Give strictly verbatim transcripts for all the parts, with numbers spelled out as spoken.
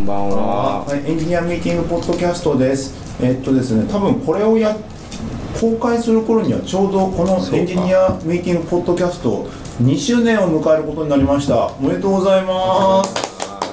んばんは。 はい、エンジニアミーティングポッドキャストです。えっとですね、多分これをや公開する頃にはちょうどこのエンジニアミーティングポッドキャストにしゅうねんを迎えることになりました。おめでとうございます。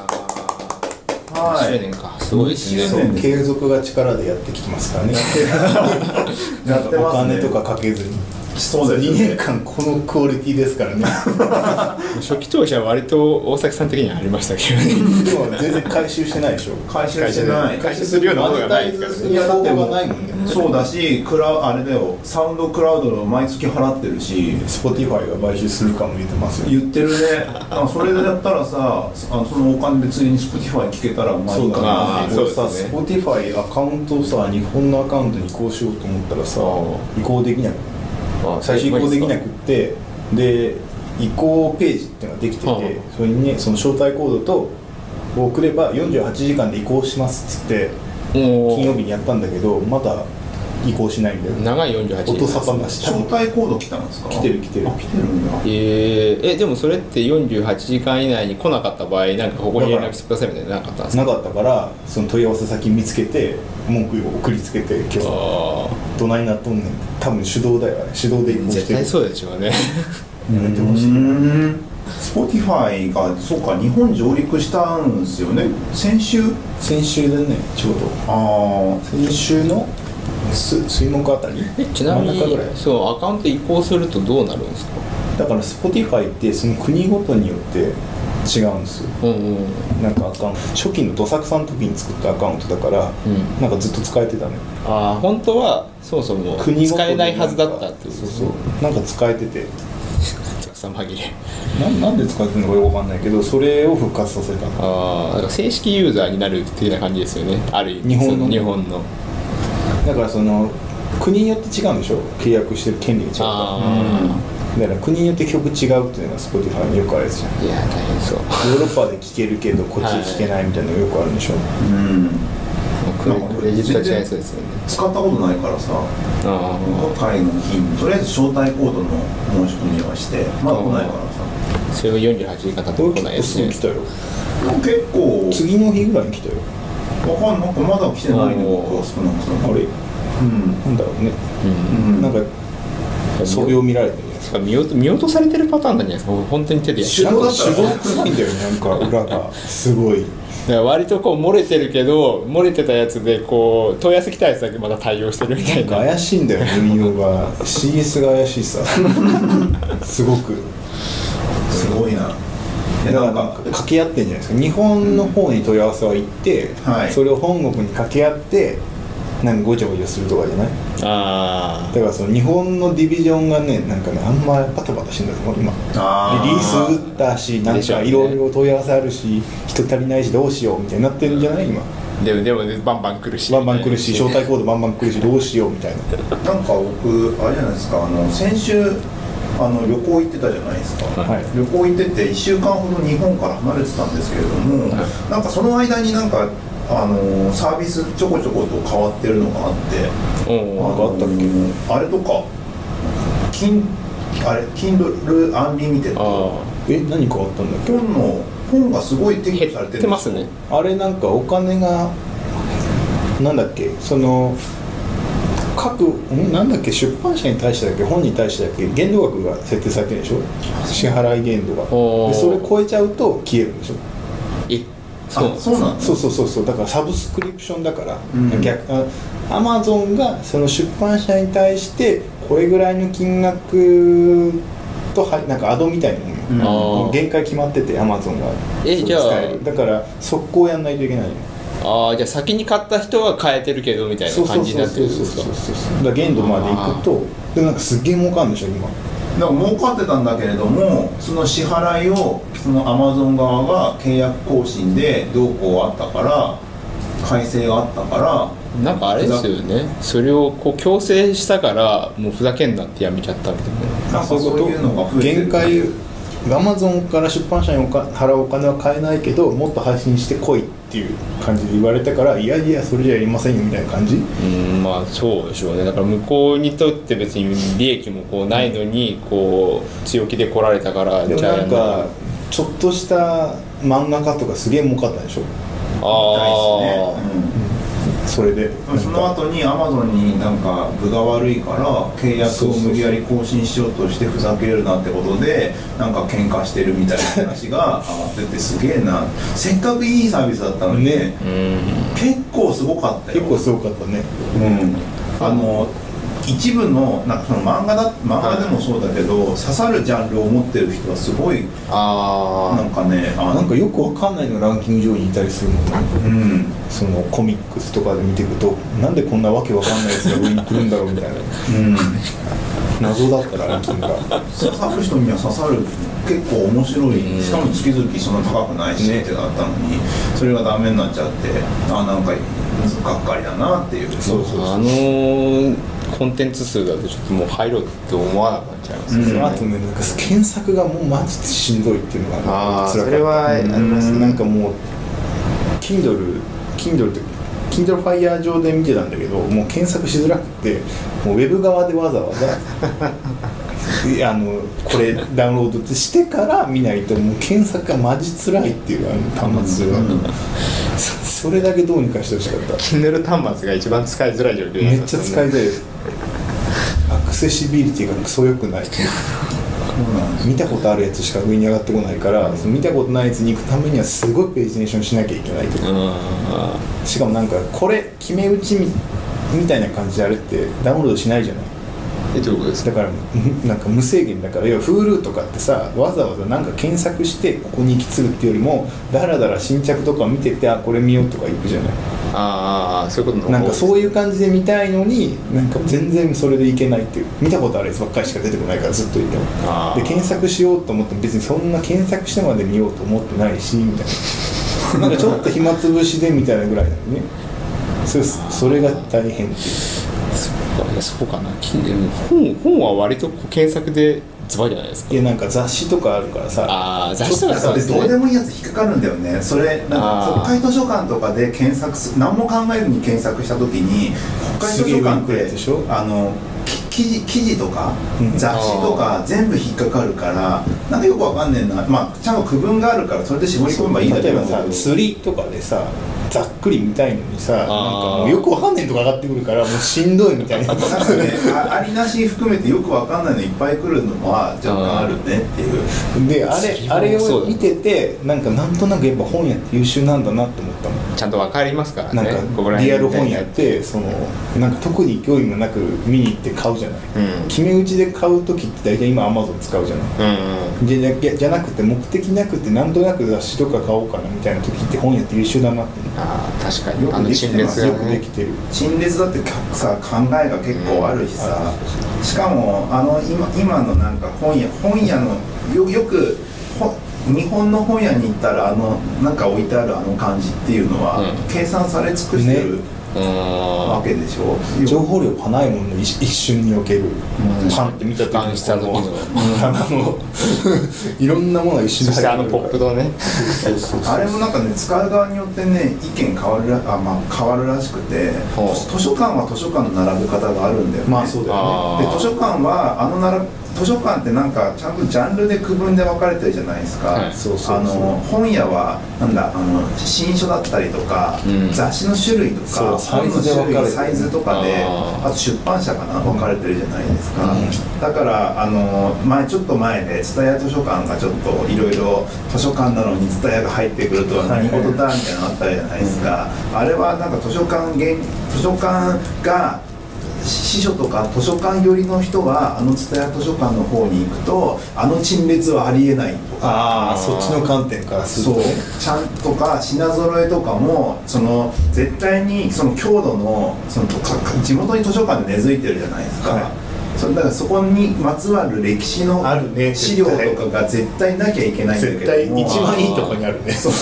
はい、にしゅうねんか、すごいですね。 そう継続が力でやってきてますからね。 やってますね。 お金とかかけずに。 そうですね、 にねんかんこのクオリティですからね。 初期投資は割と大崎さん的にはありましたけどね。 でも全然回収してないでしょ。 回収してない。 回収するようなものがないですからね。 いやだってもうないもんね。 そうだし、クラあれだよ、サウンドクラウドの毎月払ってるし、 Spotify が買収するかも言ってますよ。 言ってるね。あ、それでやったらさ、あのそのお金でついに Spotify 聞けたらまあいいかなって。 そうですね。 Spotify アカウントをさ、日本のアカウントに移行しようと思ったらさ、移行できない。最初移行できなくってで移行ページっていうのができてて、はあ、それにねその招待コードとを送ればよんじゅうはちじかんで移行しますっつって金曜日にやったんだけどまだ移行しないんだよ。 長いよんじゅうはちじかん音沙汰なし。 招待コード来たんですか？ 来てる来てる。 あ、来てるんだ。 えー、えでもそれってよんじゅうはちじかん以内に来なかった場合なんかここに連絡してくださいみたいななかったんですか？ なかったからその問い合わせ先見つけて文句を送りつけて今日どないなっとんねん。多分手動だよね。手動で移行してる。 絶対そうでしょうね。 やめてほしい。 Spotify がそうか日本上陸したんですよね。先週先週でねちょうど。 ああ先週のす水木あたり。 えちなみにそうアカウント移行するとどうなるんですか？ だから Spotify ってその国ごとによって違うんですよ、うんうん、なんかアカウント初期のどさくさの時に作ったアカウントだから、うん、なんかずっと使えてたね。 ああ本当はそもそも使えないはずだったってことですね。 そうそうなんか使えててさ紛れな, なんで使えてるのかよくわかんないけどそれを復活させた。 ああだから正式ユーザーになる的な感じですよね。ある意味日本の日本のだからその国によって違うんでしょ契約してる権利が違うから。だから国によって曲違うっていうのが Spotify によくあるやつじゃん。 いや大変そう。ヨーロッパで聴けるけどこっちで聴けないみたいなのよくあるんでしょ。 うんクレジット違いそうですよね。 使ったことないからさあタイの金とりあえず招待コードの申し込みはしてまだ来ないからさそれがよんじゅうはちじかん経ってこないやつね。 来たよ。 結構次の日ぐらいに来たよ。 わかんない。なんかまだ来てないね僕は少なくとも。 あれうんなんだろうね、うん、なんか素描見られてるんですか。 見落と見落とされてるパターンなんじゃないですか。本当に手でやって手動だったら手動臭いんだよね。なんか裏がすごいだから割とこう漏れてるけど漏れてたやつでこう問い合わせ来たやつだけまだ対応してるみたいな。 なんか怪しいんだよ運用がシーエス が怪しいさすごくすごいな。 だからなんか掛け合ってんじゃないですか。日本の方に問い合わせは行って、うんはい、それを本国に掛け合ってなんかごちゃごちゃするとかじゃない。 あだからその日本のディビジョンがねなんかねあんまパタパタしてるんだと思う今。 あリリース打ったしなんかいろいろ問い合わせあるし人足りないしどうしようみたいになってるんじゃない今。 でもでも、ね、バンバン来るしバンバン来るし招待コードバンバン来るしどうしようみたいな。 なんか僕あれじゃないですかあの先週あの旅行行ってたじゃないですか、はい、旅行行ってていっしゅうかんほど日本から離れてたんですけれども、はい、なんかその間になんかあのサービスちょこちょこと変わってるのがあって、 おああったっけ。 あれとかキンあれ Kindle Unlimited え何変わったんだっけ。 本の本がすごい撤去されてるんですよ。 ますね。 あれなんかお金がなんだっけその各んなんだっけ出版社に対してだっけ本に対してだっけ限度額が設定されてるでしょ支払い限度が。でそれ超えちゃうと消えるんでしょ。 えそうそうなんそうそうそうそうだからサブスクリプションだから、うん、逆アマゾンがその出版社に対してこれぐらいの金額とはなんかアドみたいなもん、うん、限界決まっててアマゾンがえじゃあだから速攻やんないといけないの。 ああじゃあ先に買った人は買えてるけどみたいな感じになってるんですか。 そうそうそうそうだから限度まで行くとでなんかすっげえ儲かるんでしょ今。 だから儲かってたんだけれどもその支払いをそのアマゾン側が契約更新でどうこうあったから改正があったからなんかあれですよねそれをこう強制したからもうふざけんなってやめちゃったみたいな。 なんかそういうのが増えてる。限界アマゾンから出版社におか払うお金は買えないけどもっと配信してこいっていう感じで言われたからいやいやそれじゃやりませんよみたいな感じ。 うんまあそうでしょうね。だから向こうにとって別に利益もこうないのにこう強気で来られたからでもなんかちょっとした漫画家とかすげえ儲かったでしょ。 あですね、 うん、それでその後にアマゾンになんか分が悪いから契約を無理やり更新しようとしてふざけるなってことでなんか喧嘩してるみたいな話が上がっててすげえなせっかくいいサービスだったのにね、うん、結構すごかったよ結構すごかったね、 うん、あの一部のなんかその漫画だ漫画でもそうだけど、はい、刺さるジャンルを持ってる人はすごいあなんかねあなんかよくわかんないのランキング上にいたりするもんね、うん、そのコミックスとかで見ていくとなんでこんなわけわかんないやつが上に来るんだろうみたいな、うん、謎だったらランキングが刺さる人には刺さる結構面白い、うん、しかも月々そんな高くないし、ね、ってなったのにそれがダメになっちゃってあなんかがっかりだなっていうそうそうそうあのーコンテンツ数だとちょっともう入ろうって思わなくなっちゃいますね、 うん、あとねなんか検索がもうマジでしんどいっていうのがあそれはありますねなんかもう Kindle Kindle って Kindle Fire 上で見てたんだけどもう検索しづらくてもうウェブ側でわざわざあのこれダウンロードしてから見ないともう検索がマジ辛いっていうあの端末は、うん、それだけどうにかしてほしかった Kindle 端末が一番使いづらい状況です、ね、 めっちゃ使いづらいアクセシビリティがクソ良くない見たことあるやつしか上に上がってこないからその見たことないやつに行くためにはすごいページネーションしなきゃいけないとかしかもなんかこれ決め打ち み, みたいな感じであれってダウンロードしないじゃないえどういうことですかだからなんか無制限だから要は Hulu とかってさわざわざなんか検索してここに行き継ぐっていうよりもだらだら新着とか見ててあこれ見ようとか行くじゃないああそういうことのなんかそういう感じで見たいのになんか全然それでいけないっていう見たことあるやつばっかりしか出てこないからずっといてもで検索しようと思っても別にそんな検索してまで見ようと思ってないしみたいななんかちょっと暇つぶしでみたいなぐらいなのねそ, それが大変っていうそうかな本, 本は割と検索でズバリじゃないですかいやなんか雑誌とかあるからさあ雑誌とかそうですねどうでもいいやつ引っかかるんだよねそれなんか国会図書館とかで検索す何も考えずに検索した時に国会図書館ってあの記事, 記事とか雑誌とか全部引っかかるからなんかよくわかんねえな、まあ、ちゃんと区分があるからそれで絞り込めばいいんだけど例えばさ釣りとかでさざっくり見たいのにさなんかもうよくわかんないとこ上がってくるからもうしんどいみたいななんかねあ, ありなし含めてよくわかんないのいっぱい来るのは若干あるねっていうであれあれを見ててなんかなんとなくやっぱ本屋って優秀なんだなって思ったもんちゃんとわかりますからねなんかリアル本屋ってそのなんか特に興味もなく見に行って買うじゃない、うん、決め打ちで買う時って大体今 Amazon 使うじゃない、うんうん、じ, ゃ, じゃなくて目的なくてなんとなく雑誌とか買おうかなみたいな時って本屋って優秀だなってあ確かによくできてますよくできてる陳列だってさ考えが結構あるしさ、うん、しかもあの 今, 今のなんか本屋本屋の よ, よく日本の本屋に行ったらあのなんか置いてあるあの感じっていうのは、うん、計算され尽くしてる、ねわけでしょ情報量がないものの一瞬における、うん、パンって見た時にした時のいろんなものが一瞬で入ってくるそしてあのポップとねあれもなんかね使う側によってね意見変わる ら, あ、まあ、変わるらしくて図書館は図書館の並べ方があるんだよね、 まあそうだよねで図書館はあの並べ図書館ってなんかちゃんとジャンルで区分で分かれてるじゃないですか、はい、そうそうそうあの本屋はなんだあの新書だったりとか、うん、雑誌の種類とかサイズで分かれてるサイズとかで あ, あと出版社かな分かれてるじゃないですか、うん、だからあの前ちょっと前で蔦屋図書館がちょっといろいろ図書館なのに蔦屋が入ってくるとは何事だみたいなのあったじゃないですか、うん、あれはなんか図書館図書館が司書とか図書館寄りの人はあの蔦屋図書館の方に行くとあの陳列はありえないとかあそっちの観点からすると、ね、 そうちゃんとか品揃えとかもその絶対にその郷土のその地元に図書館で根付いてるじゃないですか、はいそだからそこにまつわる歴史の資料とかが絶対なきゃいけないんだけども絶対一番いいとこにあるねそう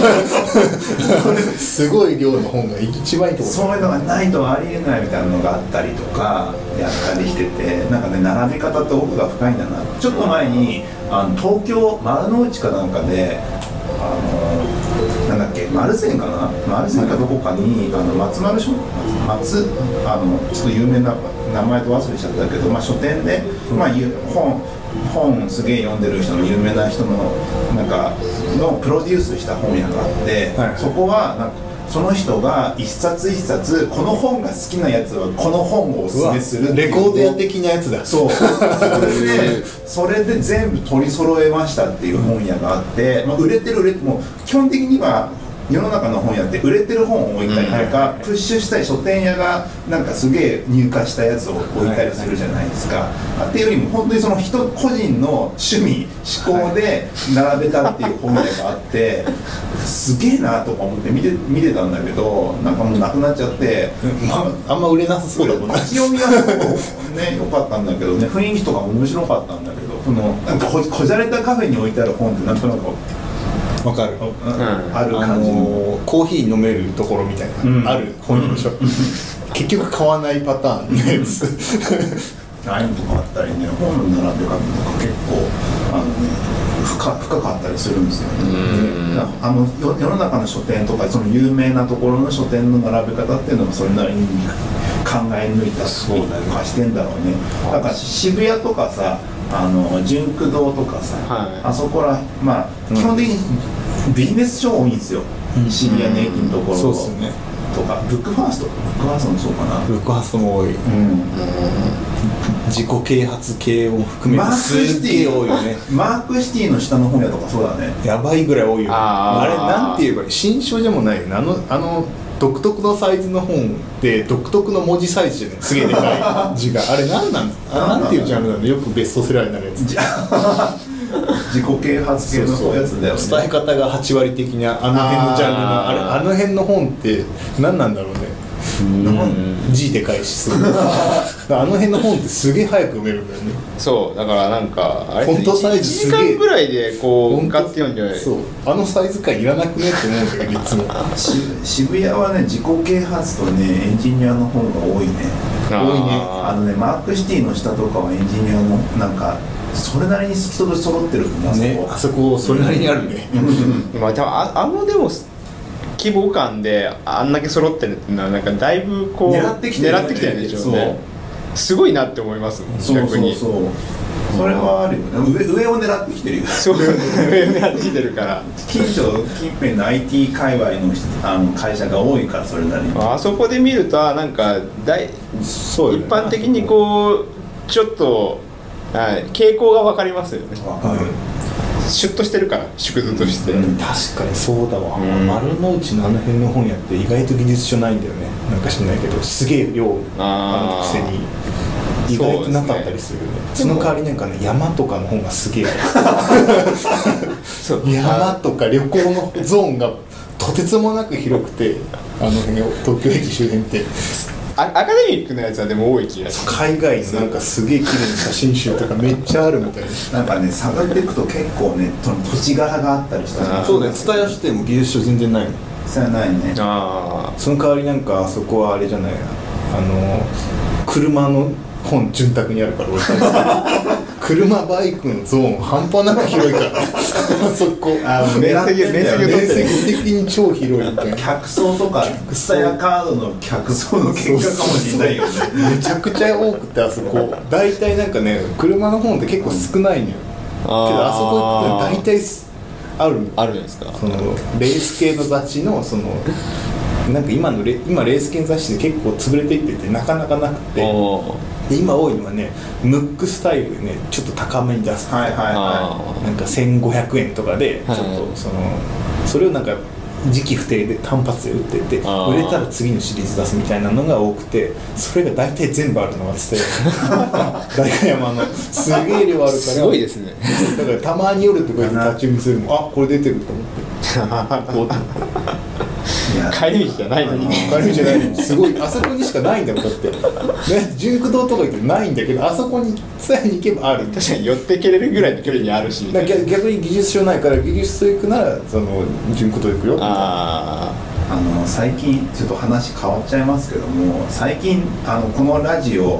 すごい量の本が一番いいとこそういうのがないとありえないみたいなのがあったりとかやったりしててなんかね並び方って奥が深いんだなちょっと前にあの東京丸の内かなんかであのなんだっけ丸善かな丸善かどこかにあの松丸書松あのちょっと有名な名前と忘れちゃったけど、まあ、書店で、まあ、本本すげえ読んでる人の有名な人のなんかのプロデュースした本屋があって、はい、そこはなんかその人が一冊一冊この本が好きなやつはこの本をおすすめするレコード屋的なやつだ。 そうそれでそれで全部取り揃えましたっていう本屋があって、まあ、売れてる売れてもう基本的には世の中の本屋って売れてる本を置いたりとか、うん、プッシュしたい書店屋がなんかすげえ入荷したやつを置いたりするじゃないですか、はいはい、っていうよりも本当にその人個人の趣味思考で並べたっていう本屋があって、はい、すげえなとか思って見て、見てたんだけどなんかもうなくなっちゃって、 まあ、あんま売れなさそうだもんね。 立ち読みはね良かったんだけどね、雰囲気とかも面白かったんだけど、そのなんか こ, こじゃれたカフェに置いてある本ってなんとなくわかる、うん、 ある感じの、あのー、コーヒー飲めるところみたいな、うん、ある本屋でしょ、うん、結局買わないパターンのやつああいうのとかあったりね、本の並べ方とか結構あの、ね、深, 深かったりするんですよね。だあの世の中の書店とかその有名なところの書店の並べ方っていうのもそれなりに考え抜いたりとかしてんだろうね。だから渋谷とかさ、あの純駆堂とかさ、はい、あそこらまあ、うん、基本的にビジネス書多いんですよ、うん、渋谷の駅のところ、うん、そうですね、とかブックファーストブックファーストもそうかな、 ブックファーストも多い、うん、自己啓発系を含めてすげえ多いよね。 マークシティの下の本屋とかそうだね、 やばいぐらい多いよね。 あ, あれなんて言えばいい、新書でもないよね、あのあの独特のサイズの本って独特の文字サイズじゃない、すげえでかい字があれなんなんあなんていうジャンルなの、よくベストセラーになるやつ自己啓発系のやつだよね。 伝え方がはち割的なあの辺のジャンルの あ, あ, れあの辺の本って何なんだろうね。字でかいしすごいあの辺の本ってすげえ早く読めるんだよね。 そうだからなんかあれフォントサイズすげえいちじかんぐらいでこう向かって読んじゃう。 そうあのサイズ感いらなくねって思うんだけどいつも渋谷はね自己啓発とねエンジニアの本が多いね。 多いね。 あのねマークシティの下とかはエンジニアのなんかそれなりに好きと揃ってるもんね。あそこそれなりにあるね。 まあ多分 あ, あのでも規模感であんだけ揃ってるっていうのはなんかだいぶこう狙ってきてる、 ね、狙ってきてるんでしょうね。すごいなって思いますもん。 そうそうそう、それはあるよね。 上, 上を狙ってきてるよ。 そう上を狙ってきてるから近所近辺の アイティー 界隈 の, あの会社が多いからそれなりにあ, あそこで見るとなんか大そう、ね、一般的にこうちょっと、はい、傾向が分かりますよね。分かる。シュッとしてるから縮図として、うん、 確かにそうだわ、うん、丸の内のあの辺の本屋って意外と技術書ないんだよね。なんか知んないけどすげえ量あるくせに意外となかったりするよね。そ, その代わりなんかね山とかの本がすげえそう山とか旅行のゾーンがとてつもなく広くてあの辺東京駅周辺ってアカデミックなやつはでも多い気がする。 海外のなんかすげえ綺麗な写真集とかめっちゃあるみたいななんかね探っていくと結構ね土地柄があったりした。 そうだよ。蔦屋しても技術書全然ないの。 それはないね。 あその代わりなんかあそこはあれじゃない、あの車の本潤沢にあるから俺車バイクのゾーン半端なく広いからあそこあ面積面積的に超広いみたいな。 客層とか蔦屋カードの客層の結果かもしれないよね。 めちゃくちゃ多くてあそこ大体なんかね車の本って結構少ないのよ、うん、けどあそこ行くと大体あるあるんですか。 そのレース系の雑誌のそのなんか今のレ今レース系雑誌で結構潰れていっててなかなかなくて、で今多いのはねムックスタイルでねちょっと高めに出す、はいはいはい、なんかせんごひゃくえんとかでちょっとその、はい、それをなんか時期不定で単発で売ってて売れたら次のシリーズ出すみたいなのが多くて、それが大体全部あるのがつって代官山のすげえ量あるからすごいですね。 だからたまに夜とかに立ち読みするもあこれ出てると思ってこう帰り道じゃないのに帰り道じゃないのにすごいあそこにしかないんだよだってね。純駆堂とか行ってないんだけどあそこに伝えに行けばある。 確かに寄ってけれるぐらいの距離にあるし逆, 逆に技術書ないから技術書行くならその純駆堂行くよ。 ああの最近ちょっと話変わっちゃいますけども最近あのこのラジオ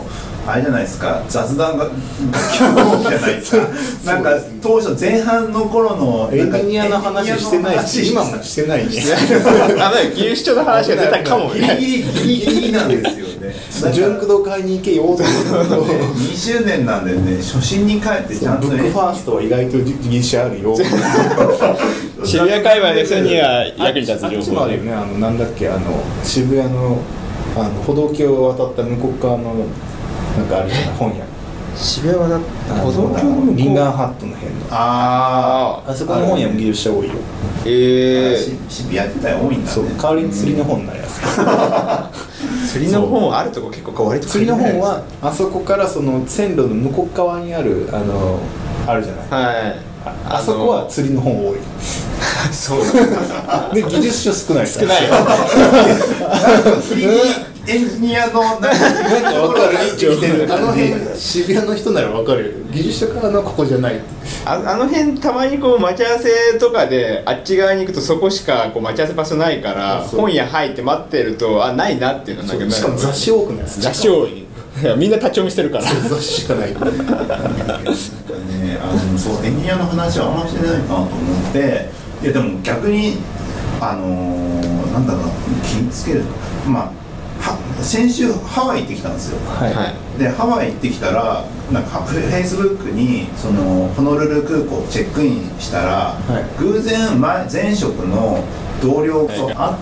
あれじゃないですか、雑談が今日じゃないですかなんか当初前半の頃のエンジニアの話してないし今もしてないねあの技術書の話が出たかもねギリギリギリギリなんですよね純駆動会に行けよってにしゅうねんなんでね、初心に帰ってちゃんと、ね、 ブックファーストは意外と技術書あるよ渋谷界隈の人には役に立つ情報あっちもあるよね、あのなんだっけ、あの渋谷のあの歩道橋を渡った向こう側のなんかあるような本屋、 渋谷はだ歩道橋のリンガーハットの辺のああそこの本屋も技術者多いよ。 ええー、渋谷自体多いんだね。 そう、代わりに釣りの本なんや釣りの本あるとこ結構割と釣りの本はあそこからその線路の向こう側にあるあのあるじゃない、 はい、 あ, あそこは釣りの本多いそうなんで技術書少ない少ないエンジニアのなんか分かるあの辺渋谷の人なら分かるよ、技術書からのここじゃないあ, あの辺たまにこう待ち合わせとかであっち側に行くとそこしかこう待ち合わせ場所ないから本屋入って待ってるとあないなっていうのはなんかしかも雑誌多くないですか、 雑誌多いみんな立ち読みしてるから雑誌しかないね、 あのそうエンジニアの話はあんまりしてないなと思って、いやでも逆にあのー、なんだろう気につけるまあは先週ハワイ行ってきたんですよ、 はいはい、 でハワイ行ってきたらなんかフェイスブックにそのホノルル空港チェックインしたら、はい、偶然前前職の同僚と会って、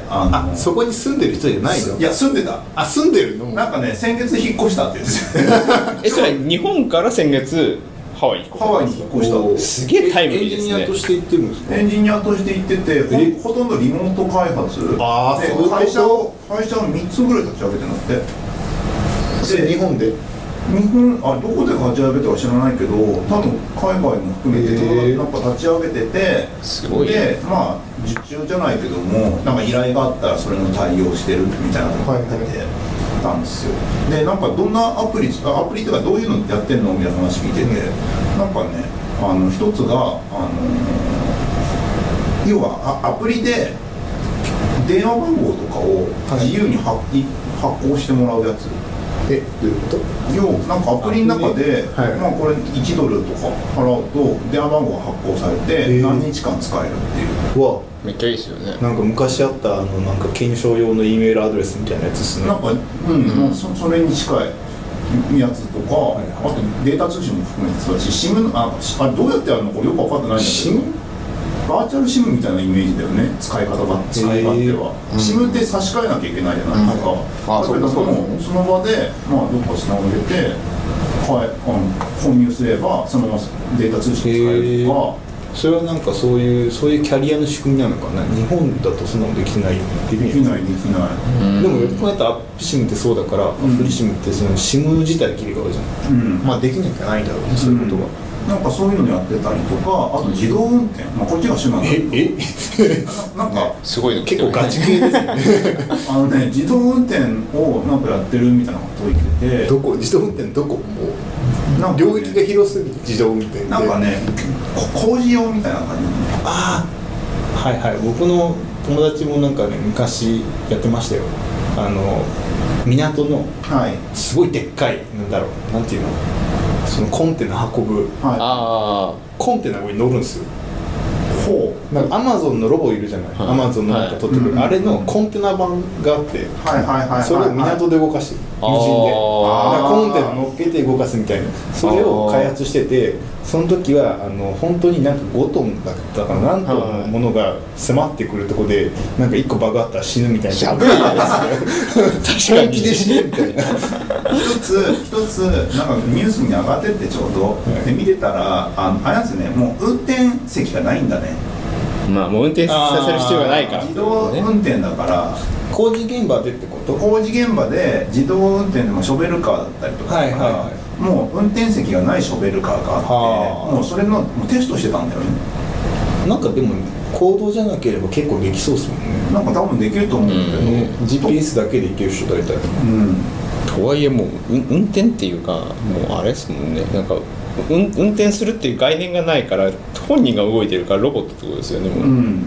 はい、あのあそこに住んでる人じゃないの？ いや住んでた。 あ住んでるの？ なんかね先月引っ越したって言うんですよえそれ日本から先月ハワイに引っ越したハワイに引っ越したすげえタイムリーですね。 エンジニアとして行ってるんですか？ エンジニアとして行ってて ほ, ほとんどリモート開発あでそう会社を会社をみっつぐらい立ち上げてなってで日本で日本あどこで立ち上げてか知らないけど多分海外も含めてなんか立ち上げててすごいでまあ受注じゃないけどもなんか依頼があったらそれの対応してるみたいなのがやってて、はいはいたんですよ。でなんかどんなアプリアプリっていうかどういうのやってんのみたいな話聞いてて、うん、なんかねあの一つがあの要はアプリで電話番号とかを自由に発、はい、発行してもらうやつ。 えどういうこと？ 要なんかアプリの中で、はいまあ、これいちドルとか払うと電話番号が発行されて何日間使えるっていう。 わめっちゃいいですよね。 なんか昔あったあのなんか検証用の E メールアドレスみたいなやつですね。 なんかうん、うん、そ, それに近いやつとか、はいはい、あとデータ通信も含めてそうだし SIM ああれどうやってやるのかよく分かってないんだけど SIM？ バーチャル SIM みたいなイメージだよね使い方が使い勝手は、うん、SIM って差し替えなきゃいけないじゃないですか、うん、あだけどそのその場で、まあ、どっかつなげて、はい、あの混入すればそのままデータ通信使えるとかそれはなんかそういうそういうキャリアの仕組みなのかな。日本だとそんなのできないよね。 できないできない。 でもよく考えたらアップシムってそうだから、うん、アプリシムってそのシム自体切り替わるじゃん。うん、まあできなきゃないんだろうね、そういうことが。 なんかそういうのやってたりとか、あと自動運転、まあこっちが主なんだけど。 ええな, なんか、ね、 すごいの結構ガチ系ですね。 あのね自動運転をなんかやってるみたいなことを言ってて。 どこ自動運転どこもうなんか、ね、領域が広すぎて自動運転なんかね工事用みたいな感じ。 ああはいはい僕の友達もなんかね昔やってましたよ。あの港のすごいでっかいなんだろうなんていうのそのコンテナ運ぶ、はい、あコンテナに乗るんですよ。ほうなんかアマゾンのロボいるじゃない、アマゾンのなんか取ってくる、はい、あれのコンテナ版があって、はいはいはいはい、それを港で動かしてる、無人でコンテナ乗っけて動かすみたいなそれを開発しててその時はあの本当になんかごトンだったかな何トンのものが迫ってくるとこでなんかいっこバグあったら死ぬみたいなしゃべりです確かにで死ぬみたいな一つ一つなんかニュースに上がってってちょうど、はい、で見てたらあのあれなんですねもう運転席がないんだね。 まあもう運転させる必要がないから自動運転だから工事現場でってこと工事現場で自動運転でもショベルカーだったりとか、はいはいはい、もう運転席がないショベルカーがあってもうそれのもうテストしてたんだよね。 なんかでも公道じゃなければ結構できそうですもんね。 なんか多分できると思うんだけど、 うん、ジーピーエス だけで行ける人大体、うん、 とはいえもう運転っていうかもうあれですもんねなんか運, 運転するっていう概念がないから本人が動いてるからロボットってことですよねもう、うん、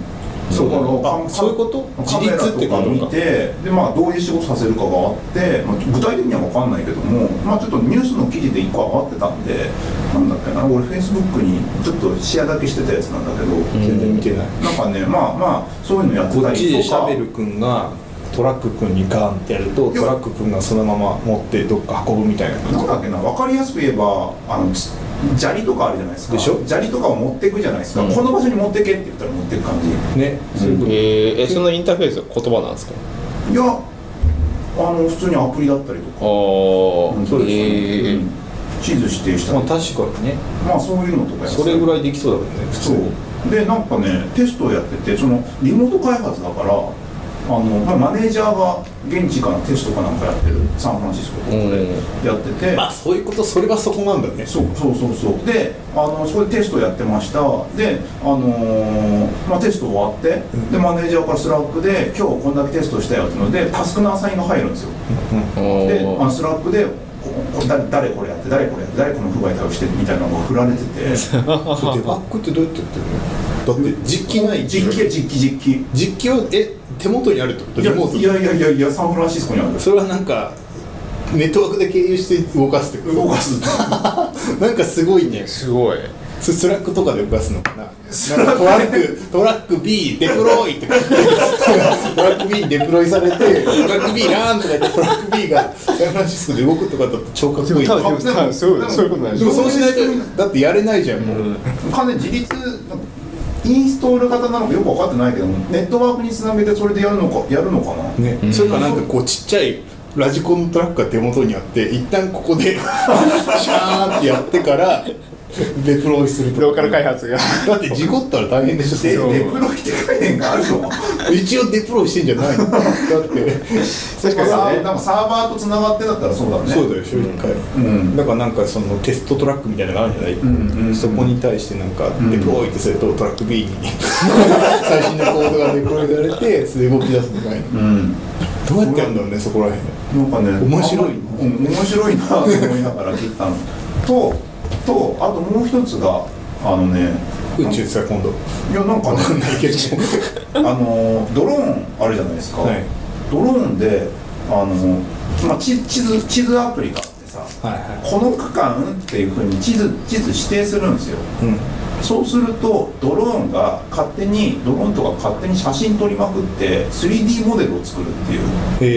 そこあそういうことカメラとか見てで、まあ、どういう仕事させるかがあって、まあ、具体的には分かんないけども、まあ、ちょっとニュースの記事でいっこ上がってたんでなんだっけな俺フェイスブックにちょっとシェアだけしてたやつなんだけど全然見てないなんかねまあまあそういうのやってたりとかこっちでシャベル君がトラック君にガーンってやるとトラック君がそのまま持ってどっか運ぶみたいななんだっけな分かりやすく言えばあの砂利とかあるじゃないですかでしょ砂利とかを持っていくじゃないですか、うん、この場所に持っていけって言ったら持っていく感じね、 そういうこと、えー、えそのインターフェースは言葉なんですか？ いやあの普通にアプリだったりとかああ、うん、そうですね、えー、 地図指定したり、 まあ、確かにねまあそういうのとかやそれぐらいできそうだもんね普通でなんかねテストをやっててそのリモート開発だからあの、まあ、マネージャーが現地からテストかなんかやってるサンフランシスコとかでやってて、 あそういうことそれがそこなんだねそうそうそうそうであのそこでテストやってましたで、あのーまあ、テスト終わってでマネージャーからスラックで今日こんだけテストしたよっていうのでタスクのアサインが入るんですよ、うん、であのスラックで誰, 誰これやって誰これやって誰この不具合対応してみたいなのが振られててデバッグってどうやってやってるの？だって実機ない実機実機実機実機はえ手元にあるってこと？ いやいやいやいやいやサンフランシスコにある。 それはなんかネットワークで経由して動かすってこと？ 動かすなんかすごいね。 すごいスラックとかで動かすのかな。なんかトラックトラック B デプロイってトラック B にデプロイされてトラック B ラーンとか言ってトラック B がサンフランシスコで動くとかだと超かっこいい。 多分そういうことないでしょ。 でもそうしないとだってやれないじゃんもう。 うん、完全に自立インストール型なのかよく分かってないけどネットワークにつなげてそれでやるのかやるのかな。 ね。うん、それかなんかこうちっちゃいラジコントラックが手元にあって一旦ここでシャーってやってからデプロイするとローカル開発がだって事故ったら大変でしょ。 デ, デプロイって概念があるの一応デプロイしてんじゃないのだって確かに、ね、なんかサーバーとつながってだったらそうだね。 そうだよ正直、うん、だからなんかそのテストトラックみたいなのがあるんじゃない、うんうん、そこに対してなんかデプロイってするとトラック B に最新のコードがデプロイされてそれ動き出すみたいな、うん、どうやってやるんだろうねそこら辺なんかね面白い、 うん、面白いなと思いながら聞いたのととあともう一つがあのね宇宙さ今度いやなんかねあのドローンあるじゃないですか、はい、ドローンであの、まあ、地, 地, 図地図アプリがあってさ、はいはい、この区間っていうふうに地図地図指定するんですよ、うん、そうするとドローンが勝手にドローンとか勝手に写真撮りまくって スリーディー モデルを作るっていう。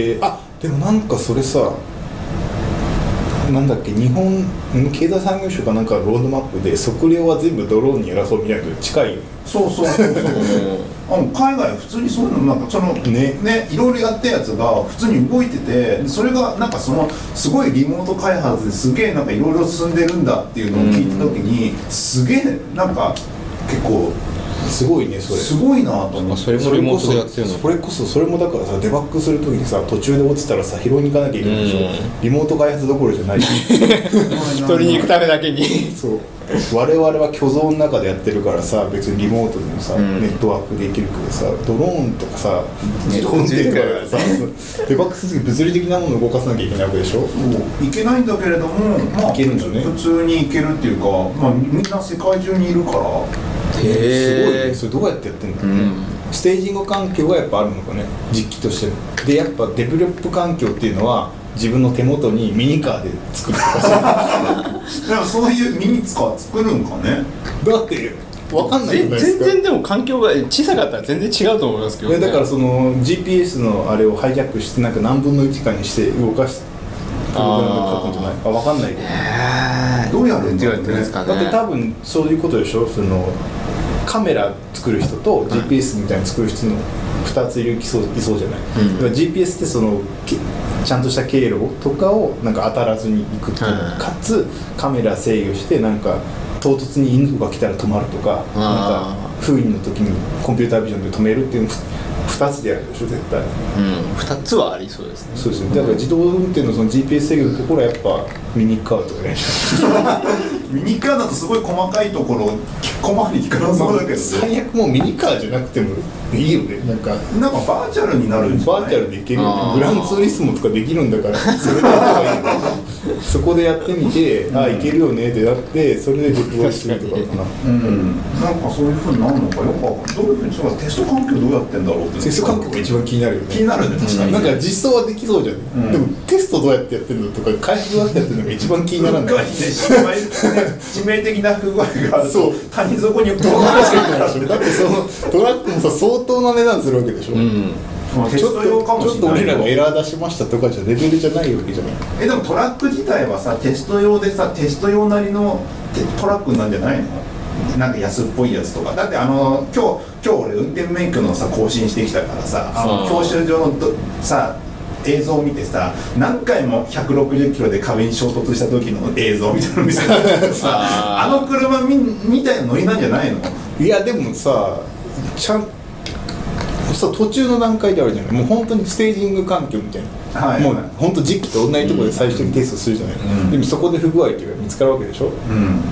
へえあでもなんかそれさなんだっけ日本経済産業省かなんかロードマップで測量は全部ドローンにやらそうみたいなの近いよ。 そうそうそうそうあの海外は普通にそういうのなんかそのねねいろいろやったやつが普通に動いててそれがなんかそのすごいリモート開発ですげえなんかいろいろ進んでるんだっていうのを聞いた時にすげえなんか結構すごいねそれすごいなと思ってそれもリモートでやってるのそれこそそれもだからさデバッグするときにさ途中で落ちたらさ拾いに行かなきゃいけないでしょ、うん、リモート開発どころじゃない取りに行くためだけにそう我々は虚像の中でやってるからさ別にリモートでもさ、うん、ネットワークできるけどさドローンとかさ自動運転とかさデバッグするとき物理的なものを動かさなきゃいけないわけでしょ。 いけないんだけれども、まあ、 いけるんだね、 普通にいけるっていうか、まあ、みんな世界中にいるからへえすごいねそれどうやってやってんの、うん、ステージング環境がやっぱあるのかね実機としてでやっぱデベロップ環境っていうのは自分の手元にミニカーで作るとかさでもそういうミニカー作るんかね。 だって分かんないじゃないですか。 全然でも環境が小さかったら全然違うと思いますけど、ね、 だからその ジーピーエス のあれをハイジャックしてなんか何分のいちかにして動かしてプログラムで書くんじゃないあ分かんないけどどうやるんですかね。だって多分そういうことでしょそのカメラ作る人と ジーピーエス みたいに作る人のふたついるいそう、いそうじゃない、うん、だから ジーピーエス ってそのちゃんとした経路とかをなんか当たらずに行くっていう、うん、かつカメラ制御してなんか唐突に犬が来たら止まるとかなんか封印の時にコンピュータービジョンで止めるっていうのふたつでやるでしょ絶対。 うんふたつはありそうですね。 そうですね。だから自動運転のその ジーピーエス 制御のところはやっぱミニカーとかねミニカーだとすごい細かいところ小回りいかなそうだけど、ね、 最悪もうミニカーじゃなくてもいいよね。なんかなんかバーチャルになるんじゃない。 バーチャルでいけるよね。グランツーリスモとかできるんだからそれでやった方がいいよねそこでやってみて、ああいけるよねってなってそれでデプロイするとかかな。 うん、なんかそういう風になるのかよくわかんない。どういう風にそうテスト環境どうやってんだろうって。 テスト環境が一番気になるよね。 気になるね、確かに。 なんか実装はできそうじゃん、うん、でもテストどうやってやってるのとか開発どうやってやってるのが一番気にならない。 致命的な不具合があると谷底に飛ばしてるからだってそのトラックもさ相当な値段するわけでしょ、うん、 テスト用かもしれない。 ちょっと俺らがエラー出しましたとかじゃレベルじゃないわけじゃない。 えでもトラック自体はさテスト用でさテスト用なりのトラックなんじゃないの？なんか安っぽいやつとか。だってあの今日今日俺運転免許のさ更新してきたからさあの教習所のさ映像を見てさ何回もひゃくろくじゅっキロで壁に衝突した時の映像みたいなの見せたけどさあの車 み, みたいなノリなんじゃないの？ いやでもさちゃんそう途中の段階であるじゃない。もう本当にステージング環境みたいな、はい、もう本当時期と同じところで最初にテストするじゃない、うん、でもそこで不具合っていうのが見つかるわけでしょ、うん、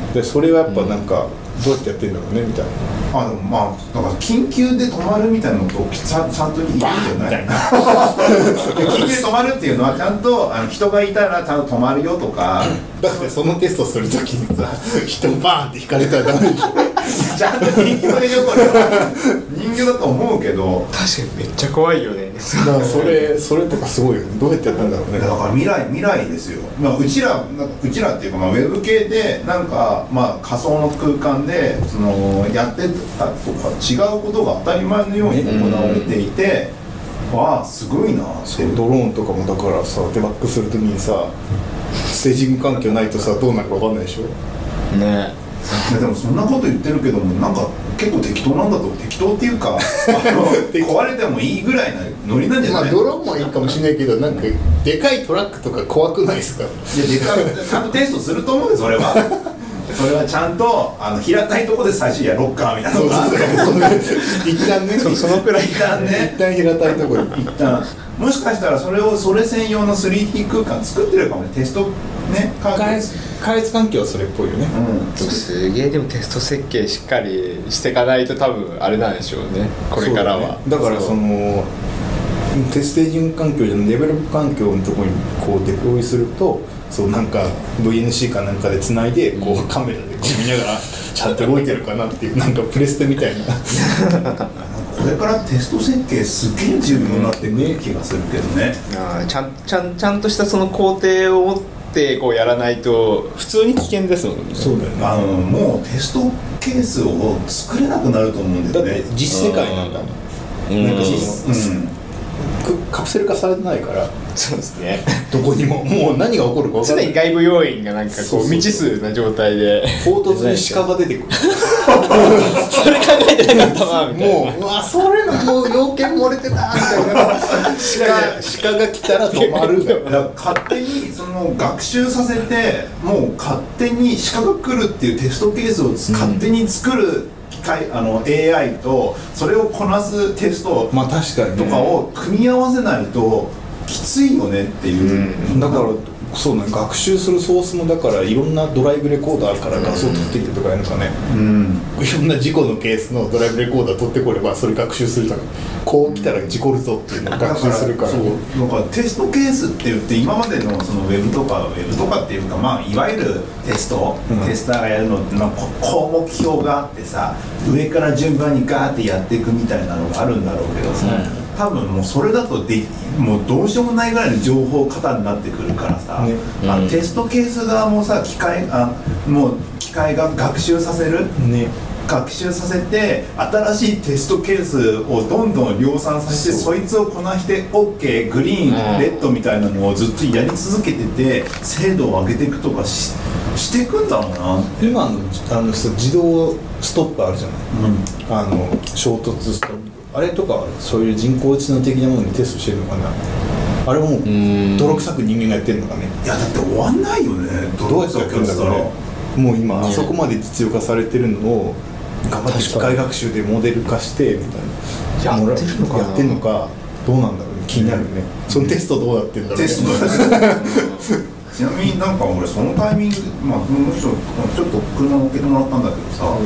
でそれはやっぱなんかどうやってやってるんだろうねみたいな。 あでもまあなんか緊急で止まるみたいなのとちゃん、ちゃんと言うんじゃない緊急で止まるっていうのはちゃんとあの人がいたらちゃんと止まるよとか。 だってそのテストするときにさ人バーンって引かれたらダメでしょちゃんと人形でしょこれは人形だと思うけど確かにめっちゃ怖いよね。 だからそれそれとかすごいよね。どうやってやったんだろうね。 だから未来未来ですよ、まあ、うちらなんかうちらっていうか、まあ、ウェブ系でなんか、まあ、仮想の空間でそのやってたとか違うことが当たり前のように行われていて、わあすごいなって。 そうドローンとかもだからさデバッグするときにさステージング環境ないとさどうなるか分かんないでしょね。 でもそんなこと言ってるけどもなんか結構適当なんだと。適当っていうかあの壊れてもいいぐらいなノリなんじゃない？ まあドローンもいいかもしれないけどなんかでかいトラックとか怖くないですか？いやでかいちゃんとテストすると思うよそれはそれはちゃんとあの平たいところで最初やろっかみたいなのが一旦ねそ, そのくらい一旦ね一旦平たいところ一旦もしかしたらそれをそれ専用の スリーディー 空間作ってるかもね。テストね開発環境はそれっぽいよね、 うん、すげえ。でもテスト設計しっかりしていかないと多分あれなんでしょうねこれからは。 だ,、ね、だからそのテステージング環境じゃないデベロップ環境のところにこうデプロイするとそうなんか ブイエヌシー かなんかでつないでこうカメラでこう見ながらちゃんと動いてるかなっていうなんかプレステみたいなこれからテスト設計すげえ重要になってくる気がするけどね。 あちゃんちゃんちゃんとしたその工程を持ってこうやらないと普通に危険ですもんね。 そうだよね。あのもうテストケースを作れなくなると思うんだよね。 だって実世界なんだもん。なんか実、うんカプセル化されてないからそうですねどこにももう何が起こるか分からない。 常に外部要因がなんかこう未知数な状態で唐突に鹿が出てくるそれ考えてなかったなみたいな。 もううわそれのもう要件漏れてたみたいな鹿, 鹿が来たら止まるだから勝手にその学習させてもう勝手に鹿が来るっていうテストケースを勝手に作る、うんあの エーアイ とそれをこなすテストとかを組み合わせないときついよねっていう、 うん、だからそうね学習するソースもだからいろんなドライブレコーダーから画像を撮ってきてとかやるのかね、うん、いろんな事故のケースのドライブレコーダー撮ってこればそれ学習するとかこう来たら事故るぞっていうのを学習するから、 そうなんかテストケースって言って今までのそのウェブとかウェブとかっていうかまあいわゆるテスト、うん、テスターがやるのってまあ項目表があってさ上から順番にガーってやっていくみたいなのがあるんだろうけどさ、うん多分もうそれだとでもうどうしようもないぐらいの情報過多になってくるからさ、ねうん、あのテストケース側もさ機械あもう機械が学習させる、ね、学習させて新しいテストケースをどんどん量産させて そ, そいつをこなして OK グリーン、うん、レッドみたいなのをずっとやり続けてて精度を上げていくとか し, していくんだろうなって。 今 の, あの自動ストップあるじゃない、うん、あの衝突ストップあれとかそういう人工知能的なものにテストしてるのかな。あれはもう泥臭く人間がやってるのかね。 いやだって終わんないよね。 どうやってやってるんだろうね。もう今あそこまで実用化されてるのを頑張って機械学習でモデル化してみたいなやってるのかなやってるのかどうなんだろうね。気になるね、うん、そのテストどうやってるんだろうね。テストちなみになんか俺そのタイミング、まあ、むしろちょっと車乗っけてもらったんだけどさ、うん、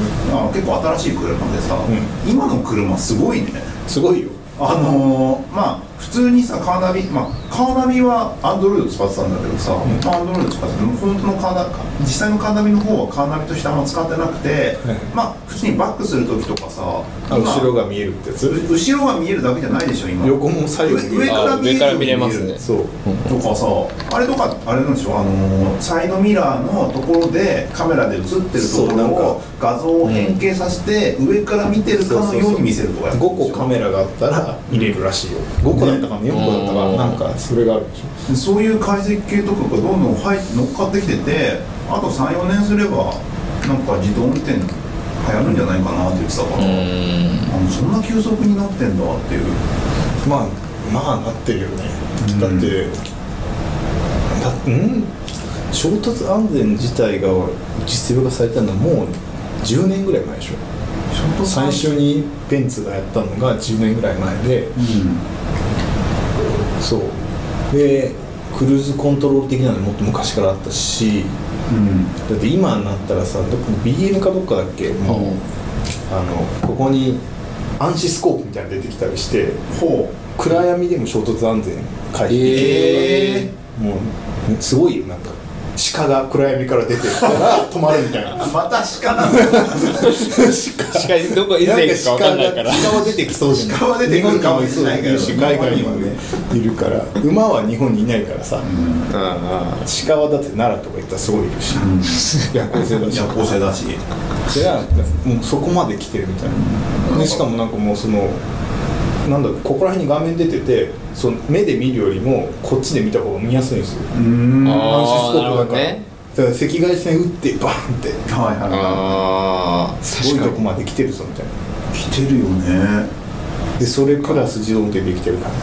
結構新しい車でさ、うん、今の車すごいね。 すごいよ。 あのー、まあ普通にさカーナビ、まあ、カーナビはアンドロイド使ってたんだけどさ、アンドロイド使ってた本当のカーナ実際のカーナビの方はカーナビとしてあんま使ってなくて、はい、まあ普通にバックする時とかさ、 後ろが見えるってやつ、 後ろが見えるだけじゃないでしょ今、 横も左右上から見える、上から見れますね。 そう、 うん、とかさ、あれとかあれなんでしょ、あのー、サイドミラーのところでカメラで映ってるところを画像を変形させて、うん、上から見てるかのように見せるとかやってる。 ごこカメラがあったら見れるらしいよ。ごこだったかな、よんこだったかな、なんかそれがあるでしょ。 そういう解析系とかがどんどん入乗っかってきてて、あと さんよねんすればなんか自動運転流行るんじゃないかなって言ってたから、あのそんな急速になってんだっていう。 まあまあなってるよね、うん、だってだうん衝突安全自体が実用化されたのはもうじゅうねんぐらい前でしょ。最初にベンツがやったのがじゅうねんぐらい前で、うん、そうでクルーズコントロール的なのもっと昔からあったし、うん、だって今になったらさ、どこ ビーエム かどっかだっけ、もう、うん、あのここに暗視スコープみたいなの出てきたりして、ほう暗闇でも衝突安全回避できる、えー、もうすごいよ。なんか鹿が暗闇から出てきたら止まるみたいなまた鹿なんだ鹿どこ以前か分かんないから鹿は出てきそうじゃん。 鹿は出てくるかもしれないけど、 海外にもねいるから、馬は日本にいないからさ、うん、鹿はだって奈良とか行ったらすごいいるし、うん、夜行性だし夜行性だしそれはもうそこまで来てるみたいな、うん、でしかもなんかもうそのなんだここら辺に画面出てて、その目で見るよりもこっちで見た方が見やすいんですよ。うーん、暗視スコープだから、ね、だから赤外線打ってバーンって、はいはいはい、あすごいとこまで来てるぞみたいな。 来てるよね。 でそれプラス自動運転できてるから、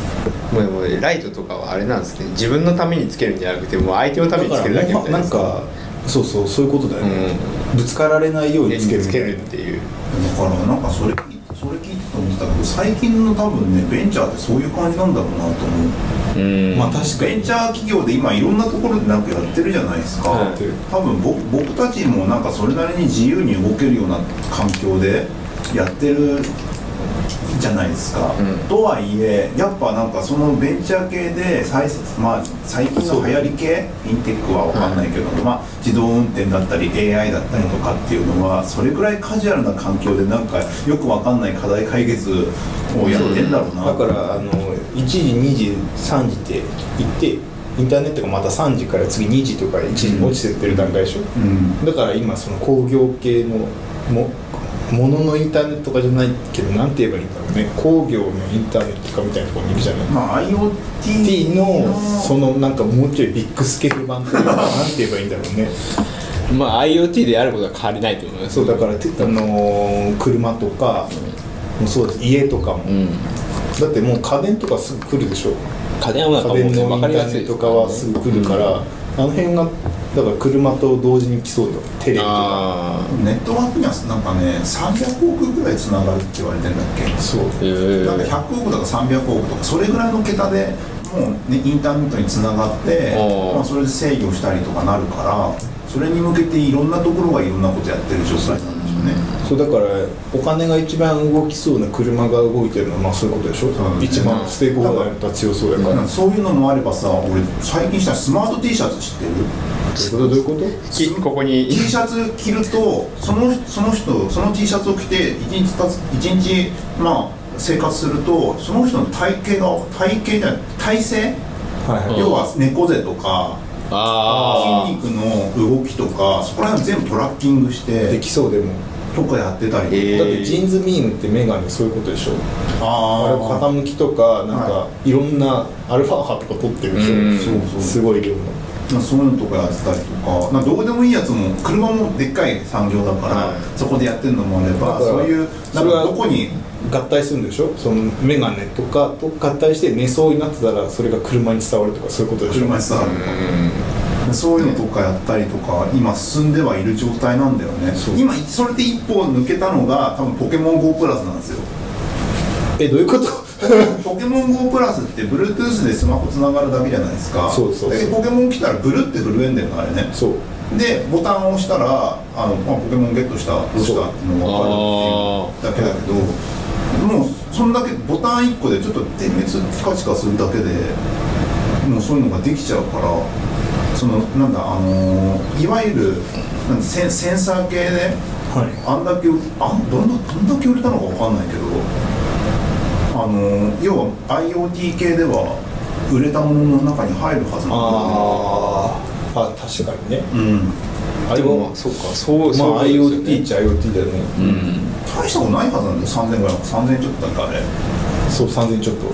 もうもうライトとかはあれなんですね、自分のためにつけるんじゃなくてもう相手のためにつけるだけみたいな。 なんかそうそうそういうことだよね、うん、ぶつかられないようにつけるつけるっていう。 だからなんかそれそれ聞いてて思ってたけど、最近の多分ねベンチャーってそういう感じなんだろうなと思う。うん、まあ確かベンチャー企業で今いろんなところでなんかやってるじゃないですか、はい、多分僕、僕たちもなんかそれなりに自由に動けるような環境でやってるじゃないですか、うん、とはいえやっぱなんかそのベンチャー系で最、まあ、最近の流行り系インテックは分かんないけど、うん、まあ、自動運転だったり エーアイ だったりとかっていうのはそれくらいカジュアルな環境でなんかよく分かんない課題解決をやってんだろうな。 だからあのいちじにじさんじって言ってインターネットがまたさんじから次にじとかいちじに落ちてってる段階でしょ、うん、だから今その工業系のももののインターネットとかじゃないけどなんて言えばいいんだろうね、工業のインターネットとかみたいなところにいるじゃない、 まあ、IoT のそのなんかもうちょいビッグスケール版というかなんて言えばいいんだろうねまあ IoT であることは変わりないと思います。 そうだから、あのー、車とか、うん、もそうです、家とかも、うん、だってもう家電とかすぐ来るでしょ。 家電はなんかもう、ね、 家電のインターネット化はすぐ来るから、うん、あの辺がだから車と同時に来そうだ。テレビとかネットワークにはなんかねさんびゃくおくぐらいつながるって言われてるんだっけ。 そう、 なんかひゃくおくとかさんびゃくおくとかそれぐらいの桁でもう、ね、インターネットにつながって、まあ、それで制御したりとかなるからそれに向けていろんなところがいろんなことやってる状態なんでしょうね。 そうだからお金が一番動きそうな車が動いてるのはまあそういうことでしょ、うん、一番ステークホルダーやったら強そうだから、 うん、そういうのもあればさ、俺最近したスマート T シャツ知ってる？ どういうこと？ ここに T シャツ着るとその、その人その T シャツを着ていちにちたついちにちまあ生活するとその人の体型が体型じゃない体勢、はいはい、要は猫背とかあ筋肉の動きとかそこら辺全部トラッキングしてできそうでもとかやってたり、 えー、だってジーンズミームってメガネそういうことでしょ。ああれ傾きとかなんか、はい、いろんなアルファ波とか取ってるでしょ、うん、そうそうすごい量のそういうのとかやってたりとかなんかどうでもいいやつも車もでっかい産業だから、はい、そこでやってるのもあればそういうなんかどこに合体するんでしょ。そのメガネとかと合体して寝そうになってたらそれが車に伝わるとかそういうことでしょ。 車に伝わるとかそういうのとかやったりとか今進んではいる状態なんだよね。今それで一歩抜けたのが多分ポケモン ゴー プラスなんですよ。 えどういうこと？ ポケモン ゴー プラスって Bluetooth でスマホつながるだけじゃないですか。そうそうそう。でポケモン来たらブルって震えんだよねあれね。そうでボタンを押したらあの、まあ、ポケモンゲットしたどうしたっていうのが分かるっていうだけだけどもうそんだけボタンいっこでちょっと点滅チカチカするだけでもうそういうのができちゃうから、そのなんだあのー、いわゆるなんセン、センサー系で、はい、あんだけあんどんだどんだけ売れたのかわかんないけど、あのー、要は IoT 系では売れたものの中に入るはずなんだよね。 ああ確かにね。 うん。 あれもそうかそうそう、 まあ、IoT っちゃ IoT だよね。 うん。大したことないはずなんだよ。さんぜんごひゃく、さんぜんちょっとだったあれ。 そうさんぜんちょっと。うん。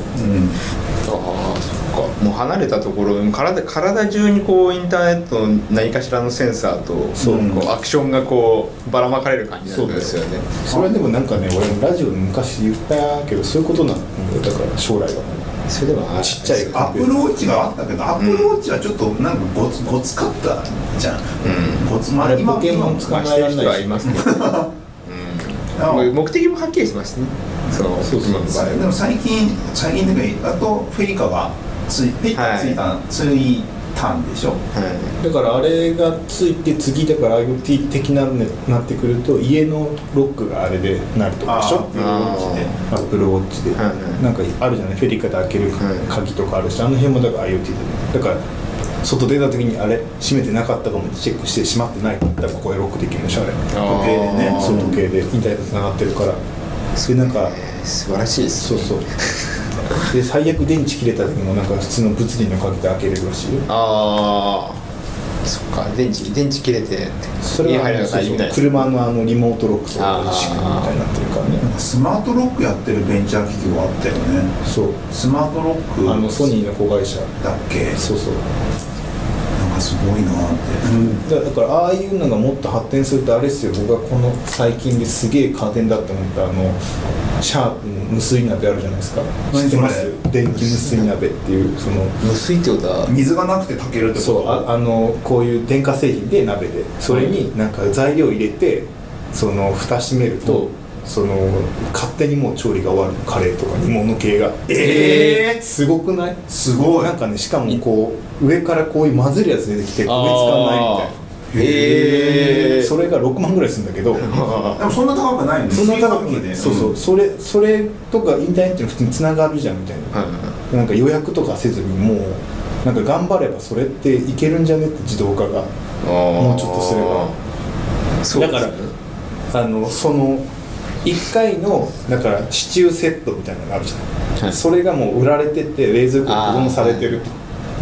ああそっか。もう離れたところ体体中にこうインターネットの何かしらのセンサーとそうこうアクションがこうばらまかれる感じなんですよね。 それはでもなんかね俺もラジオで昔言ったけどそういうことなんだよ。だから将来は。それでもちっちゃいアップルウォッチがあったけど、アップルウォッチはちょっとなんかゴツゴツかったじゃん。うん、ゴツまあ今ポケモン捕まえられない人はいますけど、うん、目的もはっきりしますね。そうそうそうそう。 でも最近最近っていうかあとフェリカがついフェリカついた、はい、ついたんでしょ。はい、だからあれがついて次だから IoT 的なになってくると家のロックがあれでなるとかでしょ。アップルウォッチで、はい、なんかあるじゃないフェリカで開ける鍵とかあるし、あの辺もだから IoT で、ね、だから外出た時にあれ閉めてなかったかもチェックして閉まってないと思ったらここへロックできるんでしょあれ。 時計でね。 そう時計でインターネットつながってるから。それなんか素晴らしいです、 ね、そうそうで最悪電池切れた時もなんか普通の物理の鍵で開けれるらしいよ。 ああそっか電池電池切れてそれは家入るの大丈夫ない車のあのリモートロックと同じ仕組みみたいになってるからね。 なんかスマートロックやってるベンチャー企業あったよね。 そうスマートロックあのソニーの子会社だっけ。 そうそうなんかすごいなって、うん、 だ, だからああいうのがもっと発展するとあれですよ。僕はこの最近ですげえ家電だって思ったあのシャープの無水鍋あるじゃないですか。知ってます？電気無水鍋っていうその無水ってことは水がなくて炊けるってこと。 そう あ, あのこういう電化製品で鍋でそれになんか材料入れてその蓋閉めると、うん、その勝手にもう調理が終わるカレーとか煮物系が。 えー、 すごくない？ すごい。 なんかねしかもこう上からこういう混ぜるやつ出てきて焦げつかないみたいな。 へえ。 それがろくまんぐらいするんだけどでもそんな高くないんです。 そんな高くない。そうそう、それそれとかインターネットに普通につながるじゃんみたいな、はい、なんか予約とかせずにもうなんか頑張ればそれっていけるんじゃねって自動化がもうちょっとすれば。そうだからあのそのいっかいのだからシチューセットみたいなのがあるじゃない、はい、それがもう売られてて冷蔵庫に保存されてると、はい、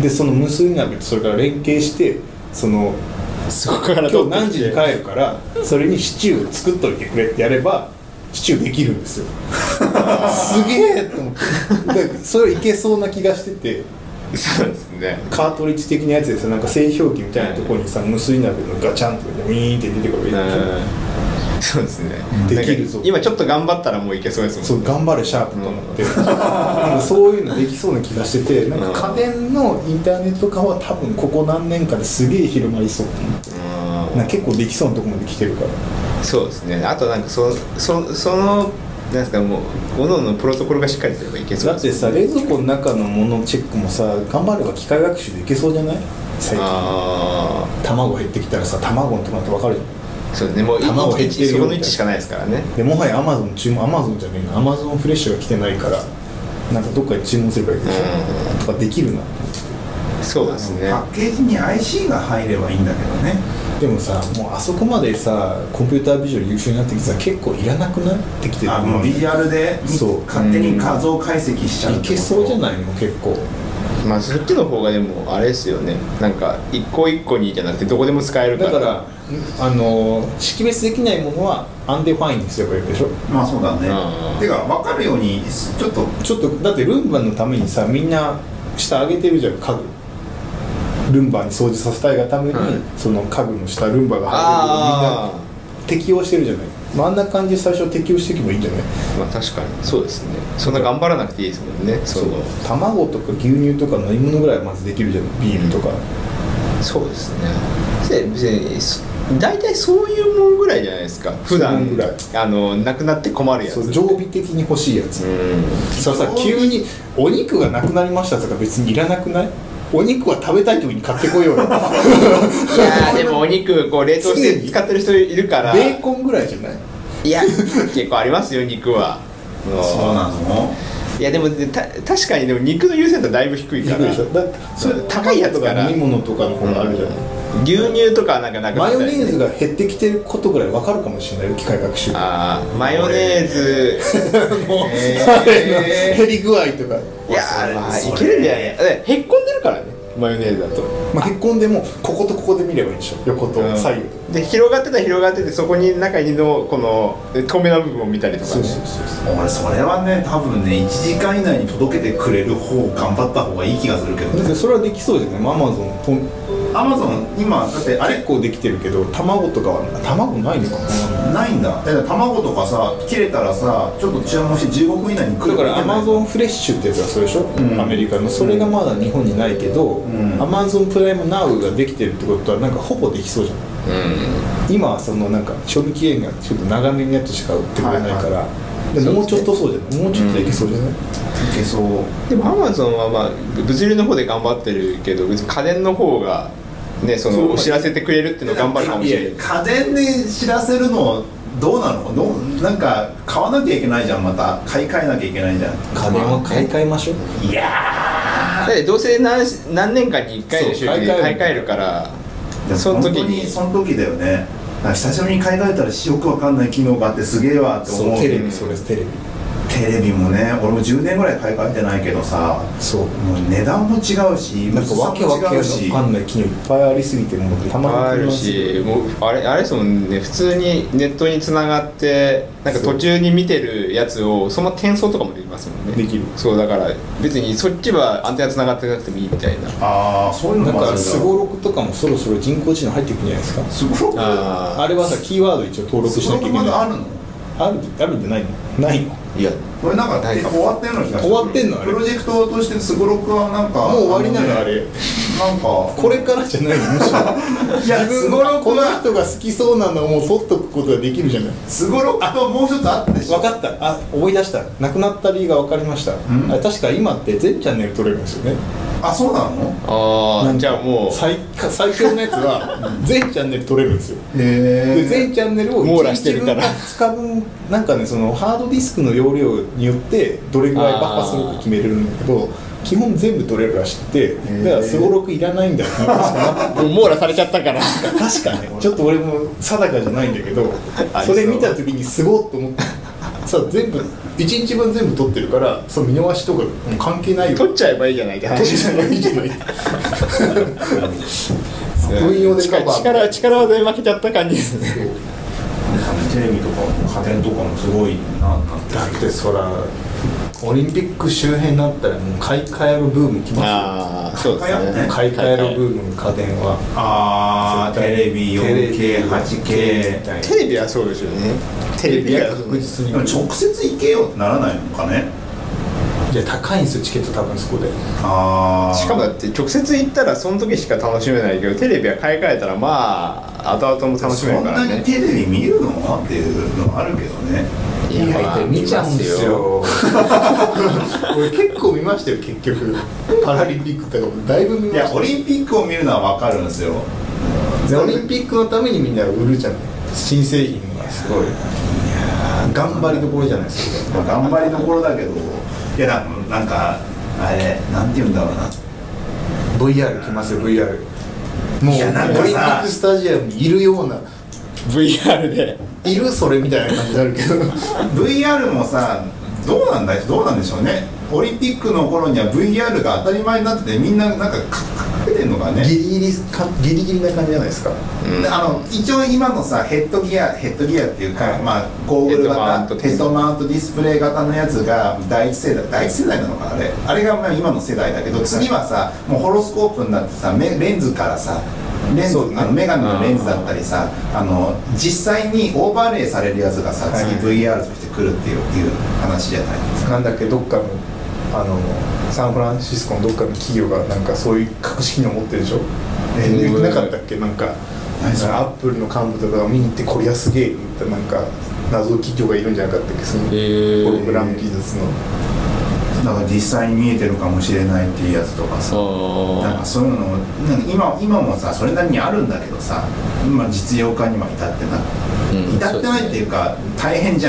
でその無水鍋とそれから連携してそのそこから今日何時に帰るからそれにシチューを作っといてくれってやればシチューできるんですよすげえと思ってそれいけそうな気がしてて。 そうですね。 カートリッジ的なやつですよ。なんか製氷機みたいなところにさ無水鍋のガチャンとウィーンって出てくるわけでしょ。そうですね。 できるぞ。 今ちょっと頑張ったらもういけそうですもんね。 そう頑張れシャープと思って、うん、なんかそういうのできそうな気がしてて、なんか家電のインターネット化は多分ここ何年かですげえ広まりそうと思って、うん、なんか結構できそうなところまで来てるから。 そうですね。あとなんかそそそのなんですかもう各々のプロトコルがしっかりすればいけそうです。 だってさ冷蔵庫の中のものチェックもさ頑張れば機械学習でいけそうじゃない？最近あ卵減ってきたらさ卵のとこなんて分かるじゃん。 そうね、もう卵減ってるよそこの位置しかないですからね。 でもはやアマゾン注文アマゾンじゃねえなアマゾンフレッシュが来てないからなんかどっかで注文すればいいでしょ、うん、とかできるな。 そうですね。 パッケージに アイシー が入ればいいんだけどね。 でもさもうあそこまでさコンピュータービジュアル優秀になってきてさ結構いらなくなってきてる。 あもうビジュアルでそう勝手に画像解析しちゃう。 いけそうじゃないの結構。 まあそっちの方がでもあれですよね。なんか一個一個にじゃなくてどこでも使えるから。 だからあの識別できないものはアンデファインにすればいいでしょ。 まあそうだね。てか分かるようにちょっとちょっとだってルンバのためにさみんな下上げてるじゃん家具。ルンバに掃除させたいがために、はい、その家具の下ルンバが入るようにみんな適応してるじゃない。まあ、あんな感じで最初適応していけばいいんじゃない。 まあ確かにそうですね。そんな頑張らなくていいですもんね。 そう卵とか牛乳とか飲み物ぐらいはまずできるじゃないビールとか、 うん、そうですね。別に大体そういうもんぐらいじゃないですか普段ぐらいあのなくなって困るやつ。 常備的に欲しいやつ。うんそうさ急にお肉がなくなりましたとか別にいらなくない？お肉は食べたい時に買ってこようよいやでもお肉こう冷凍して使ってる人いるからベーコンぐらいじゃない？ いや結構ありますよ肉は。 そうなの？ いやでもた確かにでも肉の優先度はだいぶ低いから。 低いでしょ。だってそれ高いやつから飲み物とかの方があるじゃない、 うん、牛乳とかなんかなくなマヨったりネーズが減ってきてることぐらい分かるかもしれないよ、機械学習。 ああマヨネーズもう、 えー、 減り具合とか。 いやーまあいけるんじゃない。へっこんでるからねマヨネーズだと、 まあ、へっこんでもこことここで見ればいいでしょ、横と左右、 うん、で広がってたら広がっててそこに中にのこの透明な部分を見たりとか、ね、 そうそうそう俺それはね多分ねいちじかん以内に届けてくれる方頑張った方がいい気がするけど、ね、 だってそれはできそうじゃない。アマゾンとアマゾン今だってあれ結構できてるけど卵とかは卵ないのかな。 ないんだ。だから卵とかさ切れたらさちょっと注文してじゅうごふん以内に来る。 だからアマゾンフレッシュってやつがそれでしょ、うん、アメリカの。それがまだ日本にないけど、アマゾンプライムナウができてるってことはなんかほぼできそうじゃない、うん、今はそのなんか賞味期限がちょっと長めのやつしか売ってくれないから、はいはい、でももうちょっとそうじゃない、もうちょっといけそうじゃない、うん、いけそう。 でもアマゾンはまあ物流の方で頑張ってるけど別に家電の方がねその知らせてくれるっていうのを頑張るかもしれない。 家電で知らせるのどうなの？どうなんか買わなきゃいけないじゃん。また買い替えなきゃいけないじゃん。 家電は買い替えましょう。 いやーだってどうせ 何, 何年間にいっかいの周期で買い替えるからその時にその時だよね。久しぶりに買い替えたらよくわかんない機能があってすげえわって思う。 そうテレビ、それテレビテレビもね、俺もじゅうねんぐらい買い替えてないけどさ、 そうもう値段も違うし、 なんかわけわけわかんない機能いっぱいありすぎてもうたまにあるし、もうあれあれですもんね、普通にネットにつながってなんか途中に見てるやつをそのまま転送とかもできますもんね。 できる。 そうだから別にそっちはアンテナつながってなくてもいいみたいな。 ああ、そういうのもあるんだ。 すごろくとかもそろそろ人工知能入ってくるんじゃないですか。 すごろく。 あ, あれはさキーワード一応登録しなきゃいけない。 すごろくまだあるの？ あるあるんじゃないの？ないの？ いやこれなんか終わってんの？ 終わってんの？あれプロジェクトとしてすごろくはなんかもう終わりなのあれ。 なんかこれからじゃないの？むしろいやすごろくこの人が好きそうなのをもう取っとくことができるじゃない。 すごろくともう一つあったでしょ。 分かった。あ、思い出した。なくなった理由が分かりました。あれ確か今って全チャンネル撮れるんですよね。 あ、そうなの？ ああ、じゃあもう最, 最強のやつは全チャンネル撮れるんですよ。 へで全チャンネルを網羅してるからいちにちぶんかふつかぶんなんかね、そのハードディスクの容量によってどれぐらい爆破するか決めれるんだけど、基本全部取れるらしくて、だからすごろくいらないんだよもう網羅されちゃったから確かね、ちょっと俺も定かじゃないんだけどそれ見た時にすごっと思ってさあ全部いちにちぶん全部取ってるからその見逃しとかも関係ないよ。 取っちゃえばいいじゃないか。 取っちゃえばいいじゃない運用でカバー力力技で負けちゃった感じですね。 テレビとか家電とかもすごいななって。 だってそらオリンピック周辺になったらもう買い替えるブームきますよ。 ああ、そうですね。 買い替えるブーム、家電は。 ああ、テレビ よんケー、はちケー。 テレビはそうですよね。テレビは確実に。 でも直接行けよってならないのかね。 いや高いんですよチケット多分そこで。 ああ。しかもだって直接行ったらその時しか楽しめないけどテレビは買い替えたらまあ後々も楽しめるからね。 そんなにテレビ見るのっていうのはあるけどね。 いや、まあ、見ちゃうんですよ俺結構見ましたよ結局パラリンピックとかもだいぶ見ました。 いやオリンピックを見るのは分かるんですよ。 オリンピックのためにみんな売るじゃない新製品がすごい。いや頑張りどころじゃないですか。 頑張りどころだけどいやなんかあれなんて言うんだろうなブイアール 来ますよ ブイアール もうオリンピックスタジアムにいるようなブイアール でいるそれみたいな感じになるけどブイアール もさどうなんだどうなんでしょうね。オリンピックの頃には ブイアール が当たり前になっててみんななんか隠れてんのかね。 ギリギリかギリギリな感じじゃないですか、 うん、あの一応今のさヘッドギアヘッドギアっていうか、はい、まあゴーグル型ヘッドマウントディスプレイ型のやつが第一世代第一世代なのかなあれあれがまあ今の世代だけど次はさもうホロスコープになってさレンズからさレンズ、ね、あのメガネのレンズだったりさあの実際にオーバーレイされるやつがさ、はい、次 ブイアール として来るっていう、いう話じゃないですか。 なんだっけどっかのあのサンフランシスコのどっかの企業がなんかそういう隠し機能持ってるでしょ。えー、言ってなかったっけなんかアップルの幹部とかが見に行ってこれはすげえってなんか謎企業がいるんじゃなかったっけそのホログラム技術の。 だから実際に見えてるかもしれないっていうやつとかさなんかそういうのなんか 今, 今もさそれなりにあるんだけどさ、まあ、実用化には至ってない、うん、至ってないっていうか大変じゃん。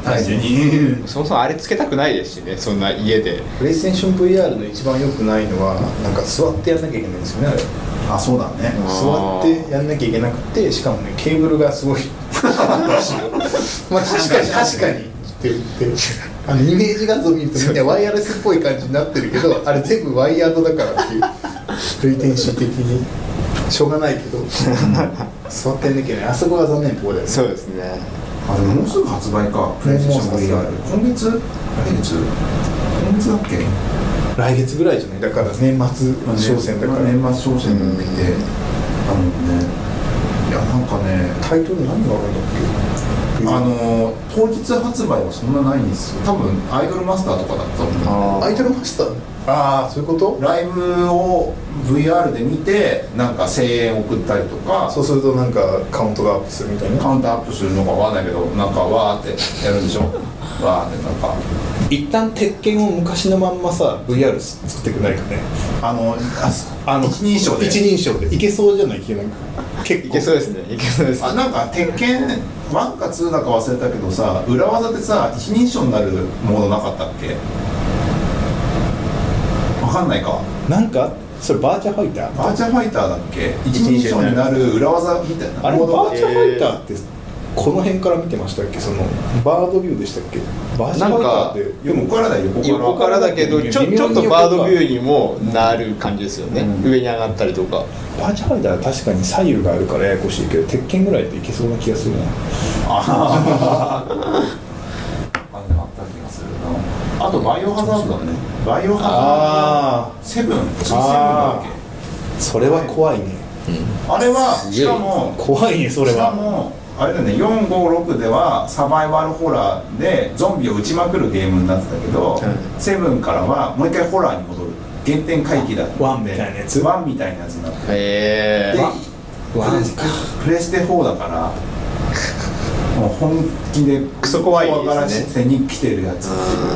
単純にそもそもあれつけたくないですしね、そんな家で。 プレイステーション ブイアール の一番良くないのはなんか座ってやんなきゃいけないんですよね、あれ。 あ、そうだね。 座ってやんなきゃいけなくて、しかもねケーブルがすごいまあ確かに確かにって言ってあのイメージ画像見るとみんなワイヤレスっぽい感じになってるけど、あれ全部ワイヤードだからっていう類電子的にしょうがないけど座ってやんなきゃいけない。あそこが残念なところだよね。 そうですね。 あ、でももうすぐ発売か。プレイステーション ブイアール 今月、来月今月だっけ。 来月ぐらいじゃない。だから年末商戦だから、 年末商戦に向けて、あのね、いやなんかね、 タイトル何があるんだっけ。 あの当日発売はそんなないんですよ。多分アイドルマスターとかだったと思う。 アイドルマスター。ああ、そういうこと。 ライブを ブイアール で見てなんか声援送ったりとか、 そうするとなんかカウントがアップするみたいな。 カウントアップするのかわかんないけど、なんかわーってやるんでしょわーってなんか一旦鉄拳を昔のまんまさ ブイアール 作ってくれないかね。 あのあの一人称で一人称でいけそうじゃない。いけなんか結構いけそうですね。いけそうです。 あ、なんか鉄拳ワンかツーだか忘れたけどさ、裏技でさ一人称になるモードなかったっけ。わかんないか。 なんかそれバーチャファイター。 バーチャファイターだっけ。一人称になる裏技みたいなあれバモードが。 ーチャファイターってこの辺から見てましたっけ。そのバードビューでしたっけ。バーチャファイターって横からだよ。横から横からだけどちょ、ちょっとバードビューにもなる感じですよね、うん、上に上がったりとか。 バーチャファイターは確かに左右があるからややこしいけど、鉄拳ぐらいでいけそうな気がするな。 ああった気がするな。あとバイオハザードだね。バイオハザードセブン、ついセブンだっけ。 それは怖いね、 うん、あれはしかも怖いね。それはしかもあれだね、よんごろくではサバイバルホラーでゾンビを撃ちまくるゲームになってたけど、うん、セブンからはもう一回ホラーに戻る原点回帰だって。 ワンみたいなやつ。 ワンみたいなやつになって。 へー。ワンか。プレステフォーだからもう本気でクソ怖いですね。 背に来てるやつ。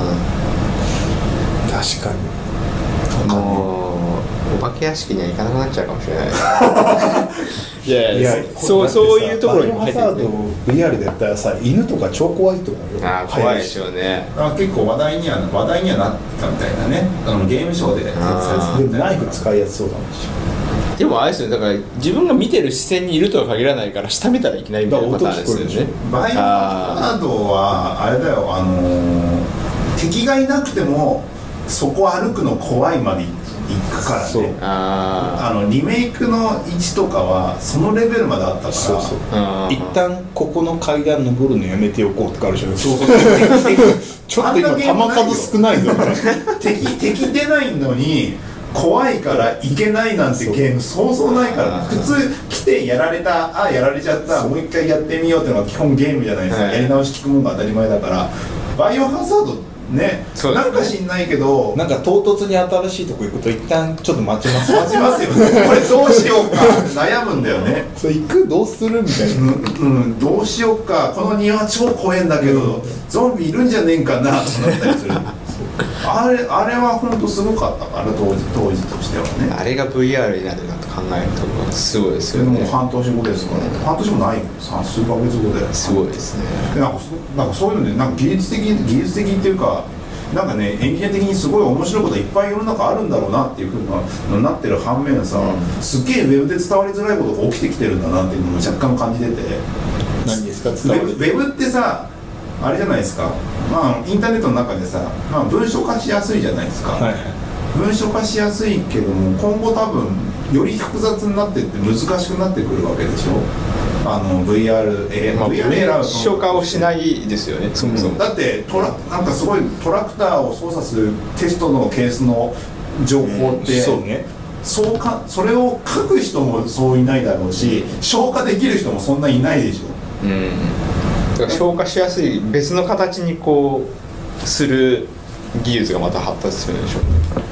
確かに。 もうお化け屋敷には行かなくなっちゃうかもしれないいやいや、そうそういうところにも入ってる、ね、 バイオハザード ブイアール でやったらさ、犬とか超怖いと思うよ。 ああ、怖いですよね。 あ、結構話題には話題にはなったみたいなね。あのゲームショーで。 でもナイフ使いやすそうだもん。 でもあれですよね、だから自分が見てる視線にいるとは限らないから下見たらいきなりみたいなパターンですよね。 バイオハザードはあれだよ、あのー、敵がいなくてもそこ歩くの怖いまで行くからね。ああのリメイクのいちとかはそのレベルまであったから。そうそう、 一旦ここの階段登るのやめておこうとかあるじゃないですか。ちょっと今球数少ないぞみたいな敵敵出ないのに怖いからいけないなんてゲームそうそうないから、普通来てやられた、あやられちゃった、もう一回やってみようっていうのが基本ゲームじゃないですか、はい、やり直し聞くもんが当たり前だから。バイオハザードね、ね、なんか知んないけどなんか唐突に新しいとこ行くと一旦ちょっと待ちます待ちますよね。これどうしようか悩むんだよね。 それ行くどうするみたいな、 うん、うん、どうしようか、この庭超怖いんだけど、うん、ゾンビいるんじゃねえんかなとなったりするあれあれは本当すごかったから当時当時としてはね。 あれが ブイアール になるなんて考えるとすごいですよね。 もう半年後ですから、ね、半年もないさ数ヶ月後ですごいですね。 でなんかなんかそういうのでなんか技術的技術的っていうかなんかねエンジニア的にすごい面白いこといっぱい世の中あるんだろうなっていうふうになってる反面さ、うん、すげえウェブで伝わりづらいことが起きてきてるんだなっていうのも若干感じてて。 何ですか伝わる。 ウェブってさあれじゃないですか、まあ、インターネットの中でさ、まあ、文章化しやすいじゃないですか、はいはい、文章化しやすいけども今後多分より複雑になってって難しくなってくるわけでしょ。あの ブイアール、えーまあ、ブイアール エラー文章化をしないですよね、そもそも。 だってトラなんかすごいトラクターを操作するテストのケースの情報って、うん、そうね、そうかそれを書く人もそういないだろうし消化できる人もそんないないでしょ。うん、 だから消化しやすい別の形にこうする技術がまた発達するんでしょうね。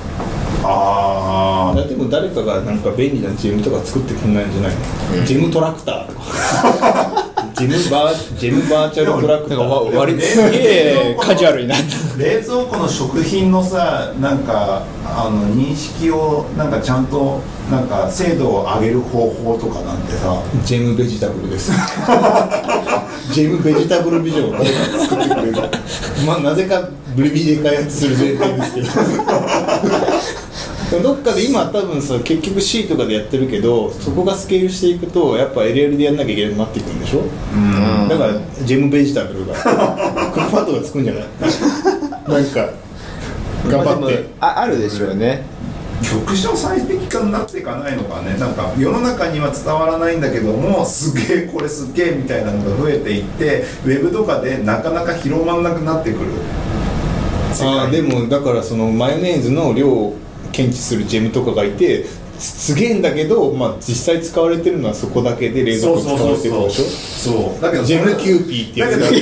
ああ、でも誰かがなんか便利なジェムとか作ってくんないんじゃないの、うん、ジェムトラクターとかジェムバージェムバーチャルトラクター割とすげえカジュアルになった冷蔵庫の食品のさなんかあの認識をなんかちゃんとなんか精度を上げる方法とかなんてさジェムベジタブルですジェムベジタブルビジョンを誰か作ってくれるまあなぜかブリビで開発する前提ですけどどっかで今多分さ結局 C とかでやってるけどそこがスケールしていくとやっぱ エルエル でやんなきゃいけなくなっていくんでしょ。うんだからジェムベジタブルがクルパートがつくんじゃないなんか頑張って、 まあ、あ, あるでしょうね。 局所最適化になっていかないのかね。なんか世の中には伝わらないんだけどもすげえこれすげえみたいなのが増えていってウェブとかでなかなか広まんなくなってくる。 あでもだからそのマヨネーズの量を検知するジェムとかがいてすげえんだけど、まあ、実際使われてるのはそこだけで冷蔵庫使われてるでしょ。 そうだけどジェムキューピーってやつがあって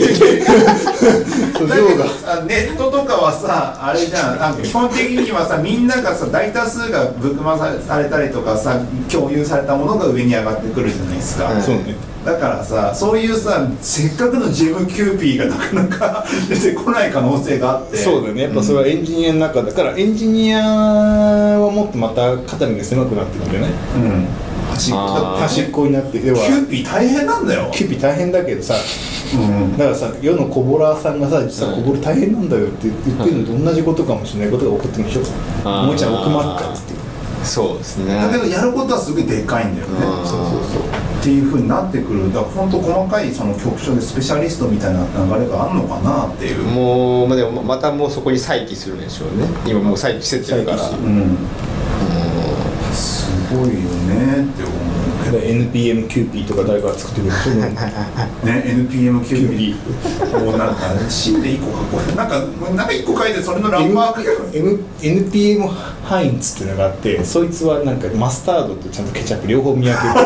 ネットとかはさあれじゃん、なんか基本的にはさみんながさ大多数がブックマークされたりとかさ共有されたものが上に上がってくるじゃないですか、 はい、そうね。 だからさそういうさせっかくのジェムキューピーがなかなか出てこない可能性があって。 そうだね。やっぱそれはエンジニアの中だから、うん、エンジニアはもっとまた肩身が狭くなってくるんじゃない。うん端っこ端っこになってキューピー大変なんだよ。 キューピー大変だけどさ、うん、だからさ世のコボラーさんがさ実はコボル大変なんだよって言ってるのと同じことかもしれないことが起こってるんでしょ。もうちゃん奥まったっていう。 そうですね。 だけどやることはすごいでかいんだよね。そうそうそうっていう風になってくる。だから本当細かいその局所でスペシャリストみたいな流れがあるのかなっていう。 もうまあでもまたもうそこに再起するんでしょうね。今もう再起してるから。うん。 すごいよねって思う。 エヌピーエム キューピーとか誰か作ってくれるでしょね。 エヌピーエム キューピーもうなんか C でいっこ書こう。なんかなんかいっこ書いてそれのラッパーエヌピーエム ハインツっていうのがあって、そいつはなんかマスタードとちゃんとケチャップ両方見分ける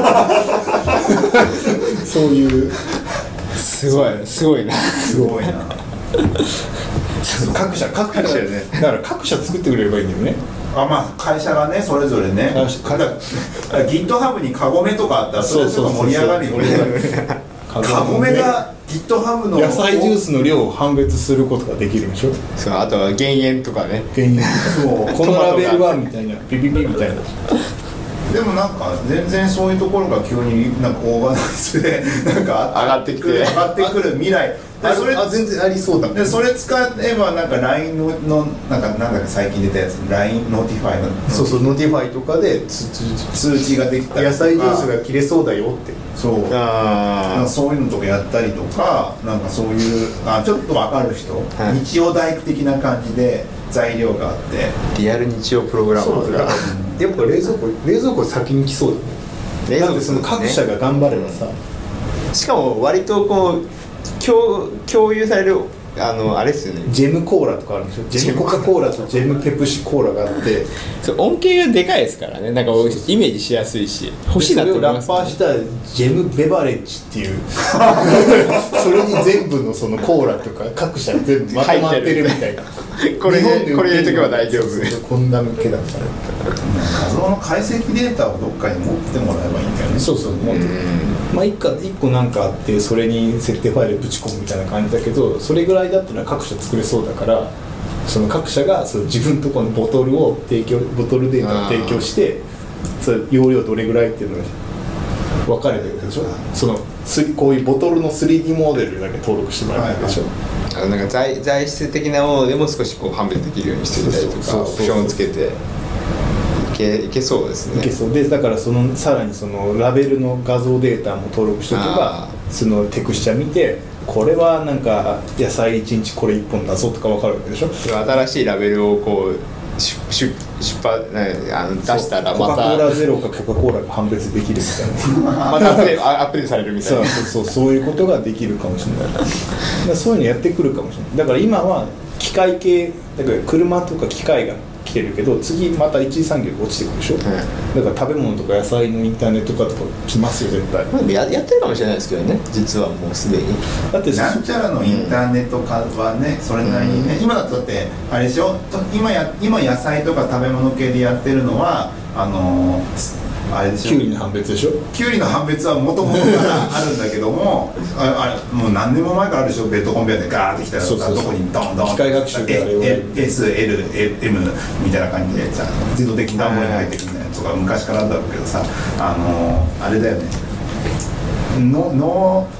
そういうすごいすごいなすごいな各社各社だよね。だから各社作ってくれればいいんだよね。 あまあ会社がねそれぞれね。GitHub にカゴメとかあったらそれとか盛り上がるよね。カゴメが GitHub の野菜ジュースの量を判別することができるでしょ。 そうあとは減塩とかね。 減塩そうこのラベルはみたいなビビビみたいな。 でもなんか全然そういうところが急になんかオーガナイズでなんか上がってきて上がってくる未来。 あそれあ全然ありそうだ。 でそれ使えばなんか ライン の, のなんかなんだか最近出たやつ ライン ノーティファイのそうそうノーティファイとかで通知ができたりとか野菜ジュースが切れそうだよってそうあそういうのとかやったりとかなんかそういうあちょっと分かる人、はい、日曜大工的な感じで材料があってリアル日曜プログラマーがやっぱ冷蔵庫冷蔵庫先に来そうだね。だってその各社が頑張ればさ、 うん、しかも割とこう共, 共有されるあのあれですよね。 ジェムコーラとかあるんでしょ。ジェムコカ・コーラとジェムペプシコーラがあってそう恩恵がでかいですからね。なんかイメージしやすいし欲しいなって思います、ね、 それをラッパーしたジェムベバレッジっていうそれに全部のそのコーラとか各社全部まとまってるみたいなこれでこれ入れとけば大丈夫。 そうそうこんな向けだったら画像の解析データをどっかに持ってもらえばいいんだよね。 そうそう持ってまあ一個一個なんかあってそれに設定ファイルぶち込むみたいな感じだけどそれぐらいだったら各社作れそうだからその各社がその自分のところのボトルを提供ボトルデータを提供してそれ容量どれぐらいっていうのが分かれてるでしょ。そのこういうボトルの スリーディー モデルだけ登録してもらえるでしょ、 はいはい、なんか 材, 材質的なものでも少しこう判別できるようにしてみたりとかオプションをつけてい け, いけそうですね。 いけそうでだからそのさらにそのラベルの画像データも登録しておけばそのテクスチャ見てこれはなんか野菜いちにちこれいっぽんだぞとか分かるわけでしょ。 新しいラベルをこう出, 出, 出発あの出したらまたコカ・コーラゼロかコカ・コーラが判別できるみたいなまたアップデートされるみたいなそうそうそうそういうことができるかもしれないだからそういうのやってくるかもしれない。だから今は機械系だから車とか機械が来てるけど次また一次産業が落ちてくるでしょ、うん、だから食べ物とか野菜のインターネット化とか来ますよ絶対。 や, やってるかもしれないですけどね実はもうすでに。 だってなんちゃらのインターネット化はねそれなりにね、うん、今だとだってあれでしょ 今, や今野菜とか食べ物系でやってるのはあのーあれでしょキュウリの判別でしょ。 キュウリの判別はもともとからあるんだけどもああれもう何年も前からあるでしょ。ベッドコンベヤーでガーってきたらどこにドンドン機械学習であれをエスエルエム みたいな感じでさ自動的に段ボールに入ってくるみたいなやつが昔からあるんだろうけどさあのー、あれだよねのの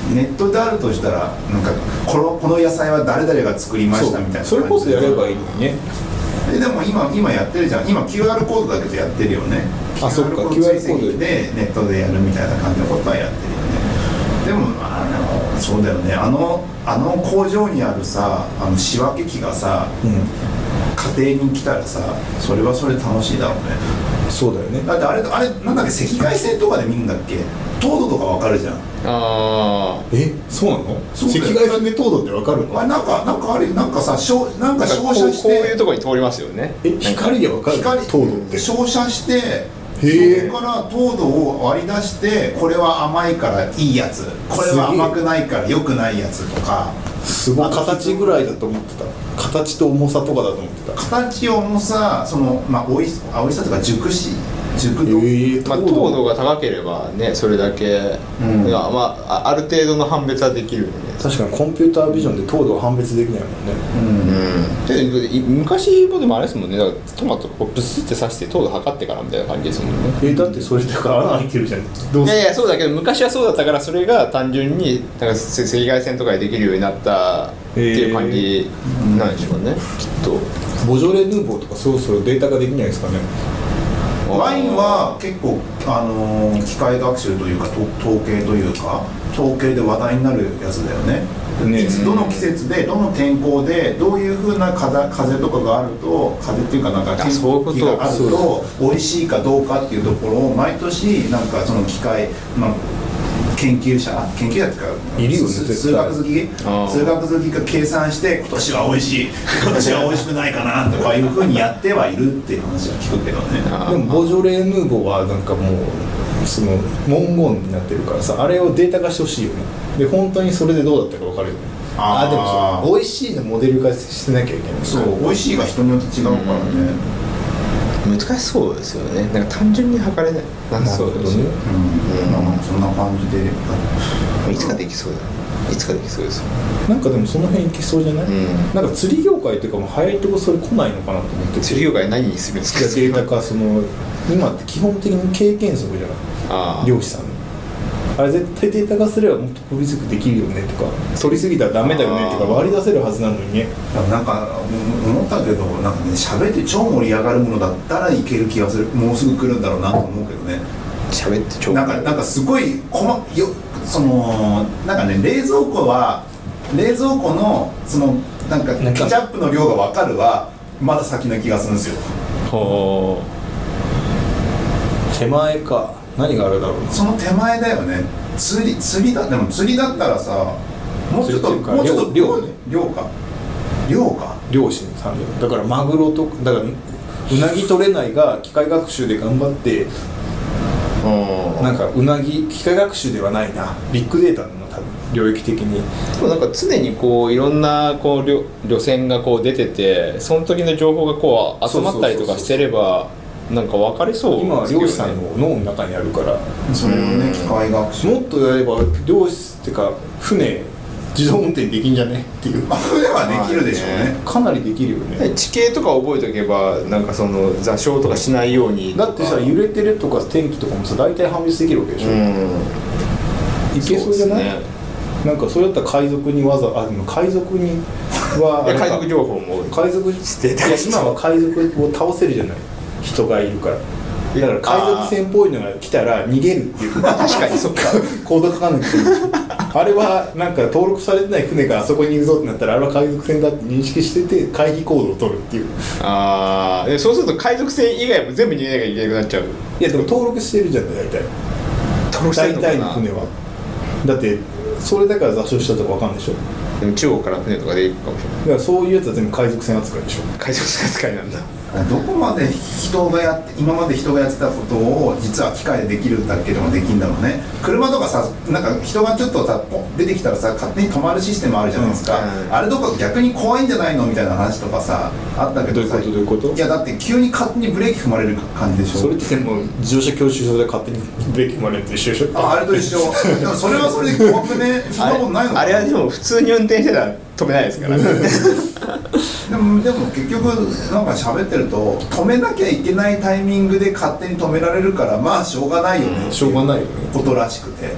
ネットであるとしたらなんかこの、この野菜は誰々が作りましたみたいな、 それこそやればいいのにね。 で, でも 今, 今やってるじゃん。今 キューアール コードだけでやってるよね。 あ、そっか、 キューアール 追跡でネットでやるみたいな感じのことはやってるよね。でもあのそうだよね、あのあの工場にあるさ、あの仕分け機がさ、うん、家庭に来たらさ、それはそれ楽しいだろうね。 そうだよね。 だってあれあれなんだっけ、赤外線とかで見るんだっけ、糖度とかわかるじゃん。 ああ、え、そうなの？赤外線で糖度ってわかるの？ あれなんかなんかあれなんかさ、しょなんか照射して、 こういうところに通りますよね。 え、光でわかる？ 光糖度って照射して、そこから糖度を割り出して、これは甘いからいいやつ、これは甘くないから良くないやつとか。 すごい形ぐらいだと思ってた。形と重さとかだと思ってた。 形、重さ、そのまあおいしおいしさとか熟し熟度、 えーまあ、糖度が高ければね、それだけ、うん、まあ、ある程度の判別はできるよね。 確かにコンピュータービジョンで糖度は判別できないもんね。 うん、で昔もでもあれですもんね、だからトマトをブスって刺して糖度測ってからみたいな感じですもんね。 えー、だってそれだから穴開いてるじゃん。 どういやいや、そうだけど昔はそうだったから、それが単純にだから赤外線とかでできるようになったっていう感じなんでしょうね、えー、きっと。 ボジョレ・ヌーボーとかそろそろデータができないですかね。 ワインは結構、あのー、機械学習というか統計というか統計で話題になるやつだよね。いつどの季節でどの天候でどういう風な 風, 風とかがあると、風っていうかなんか天気があると美味しいかどうかっていうところを毎年なんかその機械、まあ研究者研究者っていうか数学好き数学好きが計算して、今年は美味しい今年は美味しくないかなとかいうふうにやってはいるっていう話は聞くけどね。 でもボジョレ・ヌーボーはなんかもうその文言になってるからさ、あれをデータ化してほしいよね。で本当にそれでどうだったか分かるよね。ああ、でもそう美味しいのモデル化してなきゃいけない。 そう美味しいが人によって違うからね、 うん、難しそうですよね。なんか単純に測れない。なんそうですね。 うん、うん、そんな感じでいつかできそうだ。いつかできそうですよ。 なんかでもその辺いけそうじゃない？うん、なんか釣り業界というかもう早いとこそれ来ないのかなと思って。 釣り業界何にするんですか？ データ化、その今って基本的に経験則じゃない。あ漁師さんのあれ絶対データ化すればもっと効率よくできるよねとか、取りすぎたらダメだよねとか割り出せるはずなのにね。 なんか思ったけど、なんかね、喋って超盛り上がるものだったらいける気がする。もうすぐ来るんだろうなと思うけどね。 喋って超なんかなんかすごい細よそのなんかね、冷蔵庫は冷蔵庫のそのなんかケチャップの量が分かるはまだ先の気がするんですよ。 はあ、手前か。何があるだろうな。 その手前だよね。釣り釣りだでも釣りだったらさ、もうちょっともうちょっと量量か量か漁師さんだからマグロとだからうなぎ取れないが機械学習で頑張って、なんかうなぎ機械学習ではないな、ビッグデータの多分領域的に。 でもなんか常にこういろんなこう 旅, 旅線がこう出てて、その時の情報がこう集まったりとかしてればなんか分かりそうですけどね。 今は漁師さんの脳の中にあるから、 それをね、機械学習もっとやれば漁師っていうか船自動運転できんじゃねっていう。 まあ、船はできるでしょうね。 かなりできるよね。 地形とか覚えておけばなんかその座礁とかしないように。 だってさ、揺れてるとか天気とかもさ大体判別できるわけでしょ。うん、いけそうじゃない？なんかそれだったら海賊にわざあでも海賊には海賊情報も海賊してた。いや今は海賊を倒せるじゃない。人がいるから。だから海賊船っぽいのが来たら逃げるっていう。 確かにそっか。 コード書かなくていい。あれはなんか登録されてない船があそこにいるぞってなったら、あれは海賊船だって認識してて回避行動を取るっていう。 ああ、そうすると海賊船以外も全部逃げなきゃいけなくなっちゃう。 いやでも登録してるじゃん大体。 登録してるのかな。 大体の船は。だってそれだから座礁したとかわかんないでしょ。 でも中国から船とかで行くかもしれない。 だからそういうやつは全部海賊船扱いでしょ。 海賊船扱いなんだ。 どこまで人がやって今まで人がやってたことを実は機械でできるんだけどもできるんだろうね。車とかさ、なんか人がちょっとさ出てきたらさ勝手に止まるシステムあるじゃないですか、うん、あれとか逆に怖いんじゃないのみたいな話とかさあったけどさ、 どういうことどういうこと？ いやだって急に勝手にブレーキ踏まれる感じでしょ。 それってもう自動車教習所で勝手にブレーキ踏まれるって一緒でしょ。 あ、あれと一緒。でもそれはそれで怖くね。そんなことないのかな。 あれはでも普通に運転してたら止めないですからね。 でもでも結局なんか喋ってると止めなきゃいけないタイミングで勝手に止められるから、まあしょうがないよね、 しょうがないよねことらしくて。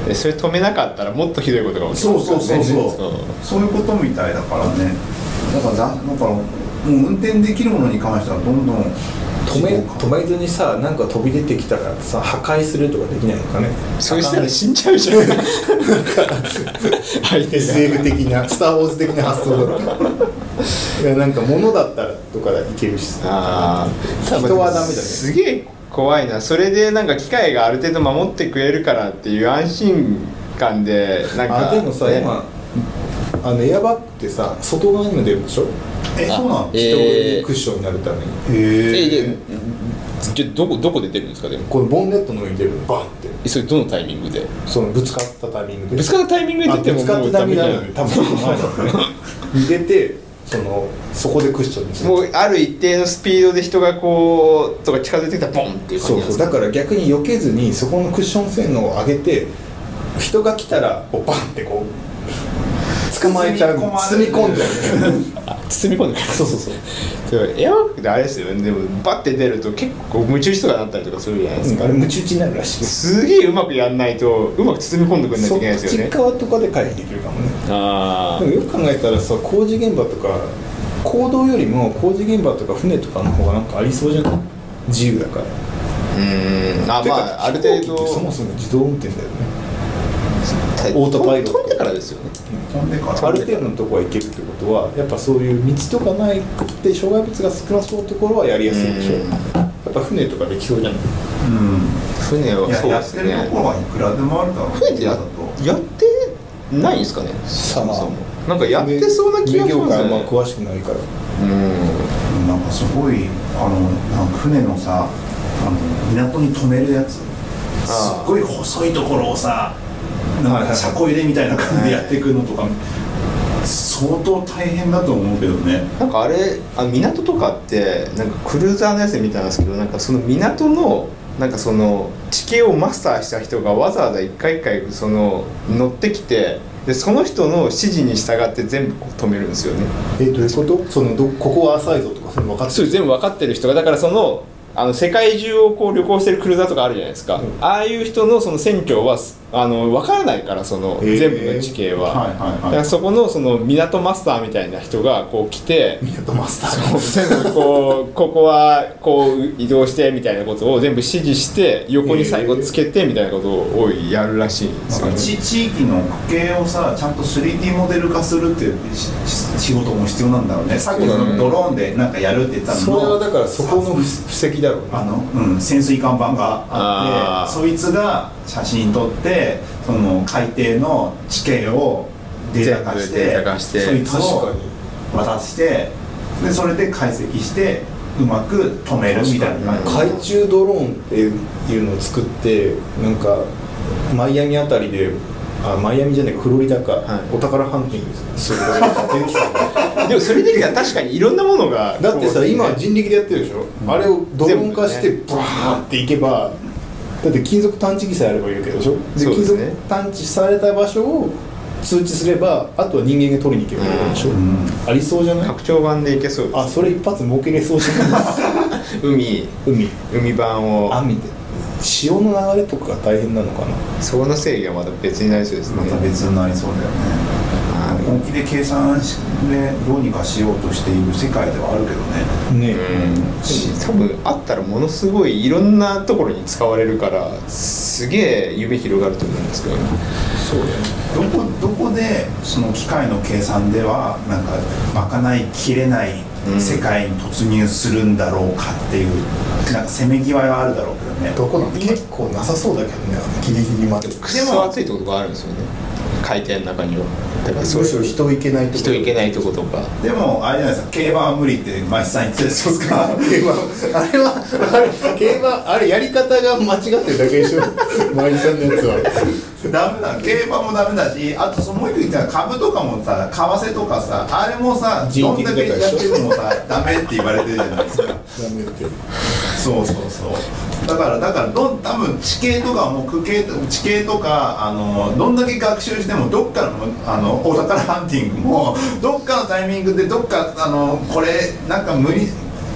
でそれ止めなかったらもっとひどいことが起きますからね。 そうそうそうそう、そういうことみたいだからね。だからだからもう運転できるものに関してはどんどん止め止めずにさ、なんか飛び出てきたらさ破壊するとかできないのかね。 そうしたら死んじゃうじゃん。なんかエスエフ 的なスター・ウォーズ的な発想だった。いやなんか物だったらとかいけるしさ、 あ人はダメだね。 すげえ怖いな。それでなんか機械がある程度守ってくれるからっていう安心感でなんか、 あでもさ、ね、今あのエアバッグってさ外側にも出るでしょ。 え、そうなの？ 人にクッションになるために。 へえ。じゃどこどこで出るんですか。でもこのボンネットの上に出るのバンって。 それどのタイミングで？ そのぶつかったタイミングで。 ぶつかったタイミングで出てももうダメじゃん。 多分出てそのそこでクッションにする。 もうある一定のスピードで人がこうとか近づいてきたらボンっていう感じなんですか。 そうそうだから逆に避けずにそこのクッション性能を上げて人が来たらこうバンってこう。捕まえちゃう、包み込んじゃう。 包み込んでる。 そうそうそう。 エアバッグってあれですよね。でもバッて出ると結構ムチ打ちとかなったりとかするじゃないですか。 うん、あれムチ打ちになるらしい。 すげえうまくやんないとうまく包み込んでくれないといけないですよね。 そっち側とかで回避できるかもね。ああ。でもよく考えたらさ、工事現場とか公道よりも工事現場とか船とかの方がなんかありそうじゃない？自由だから。うーん。あまあある程度そもそも自動運転だよね。オートパイロット飛んでからですよね。 飛んでからある程度のところは行けるってことはやっぱそういう道とかないくって障害物が少なそうなところはやりやすいでしょ。やっぱ船とかできそうじゃない？ うん。 船はそうやですね。 やってるところはいくらでもあるだろう。 船って や, やってないんですかね。 さあなんかやってそうな気がしますね。 業界はまあ詳しくないから。うん。なんかすごいあのなんか船のさあの港に止めるやつ。すっごい細いところをさ。なんか車庫入れみたいな感じでやっていくのとか、はい、相当大変だと思うけどね。 なんかあれあ港とかってなんかクルーザーのやつで見たんですけど、なんかその港のなんかその地形をマスターした人がわざわざ一回一回その乗ってきて、でその人の指示に従って全部こう止めるんですよね。 えどういうこと？そのどここは浅いぞとかそれ分かってる？ そう全部分かってる人がだからそのあの世界中をこう旅行してるクルーザーとかあるじゃないですか、うん、ああいう人のその船長はあの分からないからその全部の地形は、はいはいはい、だからそこのその港マスターみたいな人がこう来て港マスターそう全部こうここはこう移動してみたいなことを全部指示して横に最後つけてみたいなことをやるらしいんですよね。 地域の区形をさちゃんと スリーディー モデル化するっていう仕事も必要なんだろうね。さっきのドローンでなんかやるって言ったのそれはだからそこの布石だろうね。 あの、うん、潜水艦板があってそいつが写真撮ってその海底の地形をデータ化してそいつを渡してでそれで解析してうまく止めるみたいな感じ。海中ドローンっていうのを作ってなんかマイアミあたりであマイアミじゃないかフロリダか、はい、お宝ハンティングするでもそれできたら確かにいろんなものがだってさ今人力でやってるでしょ、うん、あれをドローン化してブワーっていけばだって金属探知機さえあればいいわけでしょ。で、ね、金属探知された場所を通知すればあとは人間が取りに行けばいいわけでしょ、うん、ありそうじゃない？ 拡張版でいけそうです、ね、 あそれ一発儲けれそうじゃない海海海版を網で潮の流れとかが大変なのかな。 その制御はまた別になりそうですね。 また別になりそうだよね。本気で計算してどうにかしようとしている世界ではあるけどね。 ね、うん、多分あったらものすごいいろんなところに使われるからすげえ夢広がると思うんですけどね。 そうだよね。どこどこでその機械の計算ではなんか賄いきれない世界に突入するんだろうかっていう、うん、なんかせめぎ合いはあるだろうけどね。 どこなんて結構なさそうだけどね。ギリギリまで。 くそ暑いところがあるんですよね。海底の中には。 だからむしろ人行けないとこ人行けないとことか。 でもあれじゃないですか、競馬は無理って前さん言ってたんですか。 競馬あれはあれ競馬あれやり方が間違ってるだけでしょ。前さんのやつはダメだ。競馬もダメだし、あとそのもう一個言ったら株とかもさ、為替とかさ、あれもさどんだけやってるのもさダメって言われてるじゃないですか。ダメって。 そうそうそう。だからだからどん多分地形とかも区形地形とかあのどんだけ学習してもどっかのあのお宝ハンティングもどっかのタイミングでどっかあのこれなんか無理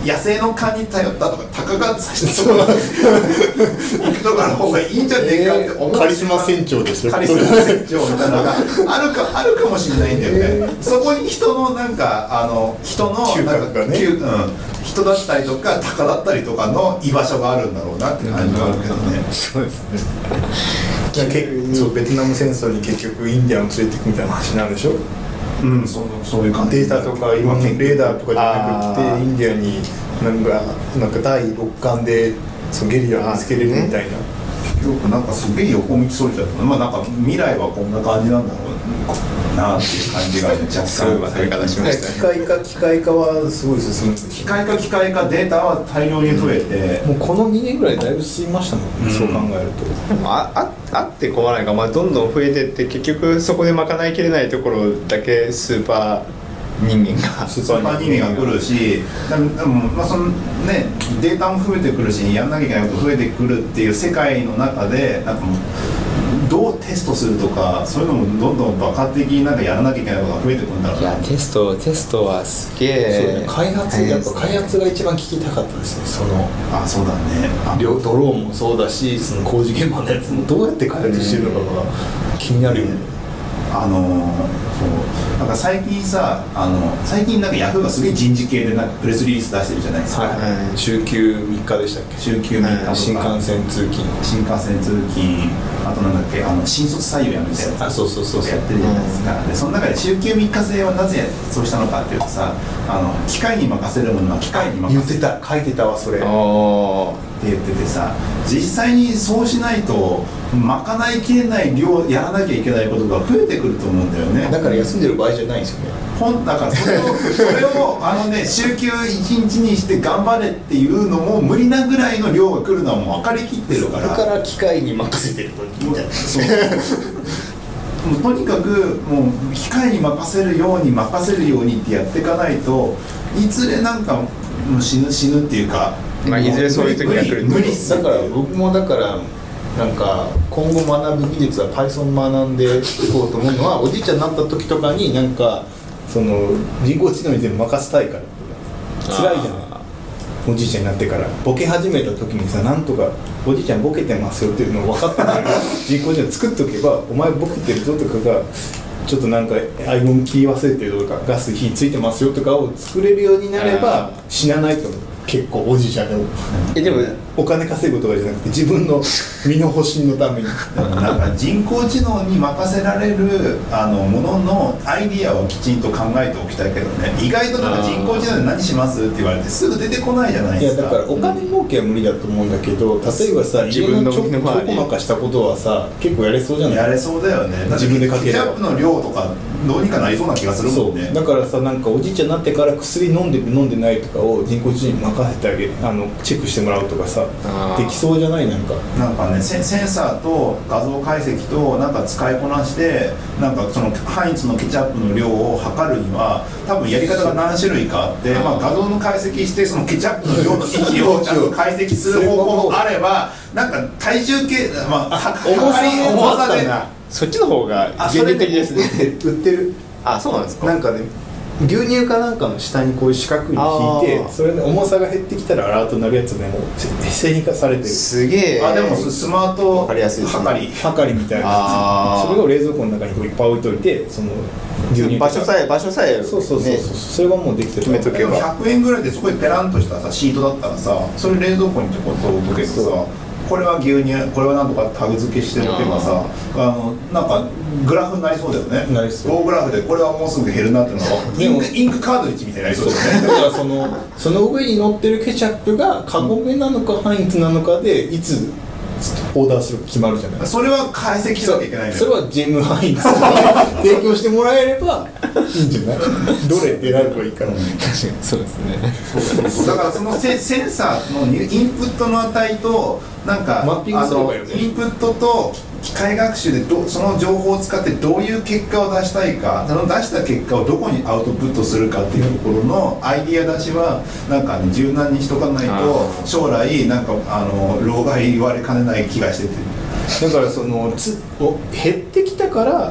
野生の蚊に頼ったとか鷹が刺したとか行くとかの方がいいんじゃねえかって思う、 えー、カリスマ船長ですよカリスマ船長みたいなのがあるかあるかもしれないんだよね、えー、そこに人のなんかあの人の嗅覚がね、 うん、人だったりとか鷹だったりとかの居場所があるんだろうなって感じがあるけどね、 うん、そうですねそうベトナム戦争に結局インディアンを連れていくみたいな話になるでしょ。 うん、そそういう感じデータとか今レーダーとかじゃなくてインディアンになんかなんかだいろっかんでそのゲリラを見つけれるみたいな、 結局なんかすげえ横道それちゃった、まあなんか未来はこんな感じなんだろうなっていう感じが若干そういう分かり方しましたね。 機械化機械化はすごい進むんです。 機械化機械化データは大量に増えて、 うん、もうこのにねんぐらいだいぶ進みましたもんね、うん、そう考えるとあああって困らないか、まあ、どんどん増えてって結局そこで賄いきれないところだけスーパー人間がスーパー人間が来るし、でも、まあそのね、データも増えてくるしやんなきゃいけないこと増えてくるっていう世界の中でなんかもうどうテストするとかそういうのもどんどん爆発的になんかやらなきゃいけないことが増えてくるんだろうな。 いやテストテストはすげえ、 ね、開発やっぱ開発が一番聞きたかったですね。そのあそうだねドローンもそうだしその工事現場のやつもどうやって開発してるのかが気になるよね。 あのそうなんか最近さあの最近なんかヤフーがすげえ人事系でなんかプレスリリース出してるじゃないですか、はいはい、週休みっかでしたっけ。 週休みっかとか新幹線通勤新幹線通勤あとなんだっけあの新卒採用やめたやつあそうそうそうそうやってるじゃないですか、うん、でその中で週休みっか制はなぜそうしたのかっていうとさあの機械に任せるものは機械に任せる言ってた書いてたわそれって言っててさ実際にそうしないと賄いきれない量やらなきゃいけないことが増えてくると思うんだよね。 だから休んでる場合じゃないんですよね。 本だからそれをそれをあのね週休いちにちにして頑張れっていうのも無理なぐらいの量が来るのはもう分かりきってるからだから機械に任せてるといいんじゃないですか。 もうとにかくもう機械に任せるように任せるようにってやっていかないといずれなんかもう死ぬ死ぬっていうか、 まあ、いずれそういう時が来る無理っすだから僕もだからなんか今後学ぶ技術は Python 学んでいこうと思うのはおじいちゃんになった時とかになんかその人工知能に全部任せたいから辛いじゃないおじいちゃんになってからボケ始めた時にさなんとかおじいちゃんボケてますよっていうのを分かってないから人工知能作っとけばお前ボケてるぞとかがちょっとなんかアイゴン切り忘れてるとかガス火ついてますよとかを作れるようになれば死なないと思う。結構おじいちゃんでもえでもお金稼ぐとかじゃなくて自分の身の保身のためになんか人工知能に任せられるあのもののアイディアをきちんと考えておきたいけどね意外となんか人工知能で何しますって言われてすぐ出てこないじゃないですか。 いやだからお金儲けは無理だと思うんだけど、例えばさ自分のちょっとこまかしたことはさ結構やれそうじゃない。 やれそうだよね。 自分でかければケチャップの量とかどうにかなりそうな気がするもんね。 そうだからさなんかおじいちゃんになってから薬飲んでる飲んでないとかを人工知能に任せてあげるあのチェックしてもらうとかさできそうじゃない。なんかなんかねセンサーと画像解析となんか使いこなしてなんかそのハインツのケチャップの量を測るには多分やり方が何種類かあって、まあ、画像の解析してそのケチャップの量の位置をちゃんと解析する方法もあればなんか体重計まあ測り重さでそっちの方が現実的ですね。 売ってる。 あそうなんですか。 なんかね牛乳かなんかの下にこういう四角に引いてそれで重さが減ってきたらアラートになるやつでもう製品化されてる。 すげえ。 あでもスマート測りやすいですね。 測り測りみたいなそれを冷蔵庫の中にいっぱい置いといてその牛乳場所さえ場所さえそうそうそうそう、ね、それはもうできてる。 決めとけばひゃくえんぐらいでそこにペランとしたさシートだったらさそれ冷蔵庫にちょこっと置いとけばさこれは牛乳これはなんとかタグ付けしておけばさあのなんかグラフになりそうだよね。 なりそう。 棒グラフでこれはもうすぐ減るなっていうのがインクインクカードリッジみたいになりそうですね。 だからそのその上に乗ってるケチャップがカゴメなのかハインツなのかでいつオーダーするか決まるじゃない。 それは解析しなきゃいけないんだよ。 それはジェムハインツ提供してもらえればいいんじゃない。どれ選べばいいから、ね、 確かにそうですね。 そうそうだからそのセセンサーのインプットの値となんかマッピングすればいいよね。 インプットと機械学習でどその情報を使ってどういう結果を出したいかその出した結果をどこにアウトプットするかっていうところのアイディア出しはなんか、ね、柔軟にしとかないと将来なんかあの老害言われかねない気がしててだからそのつお減ってきたから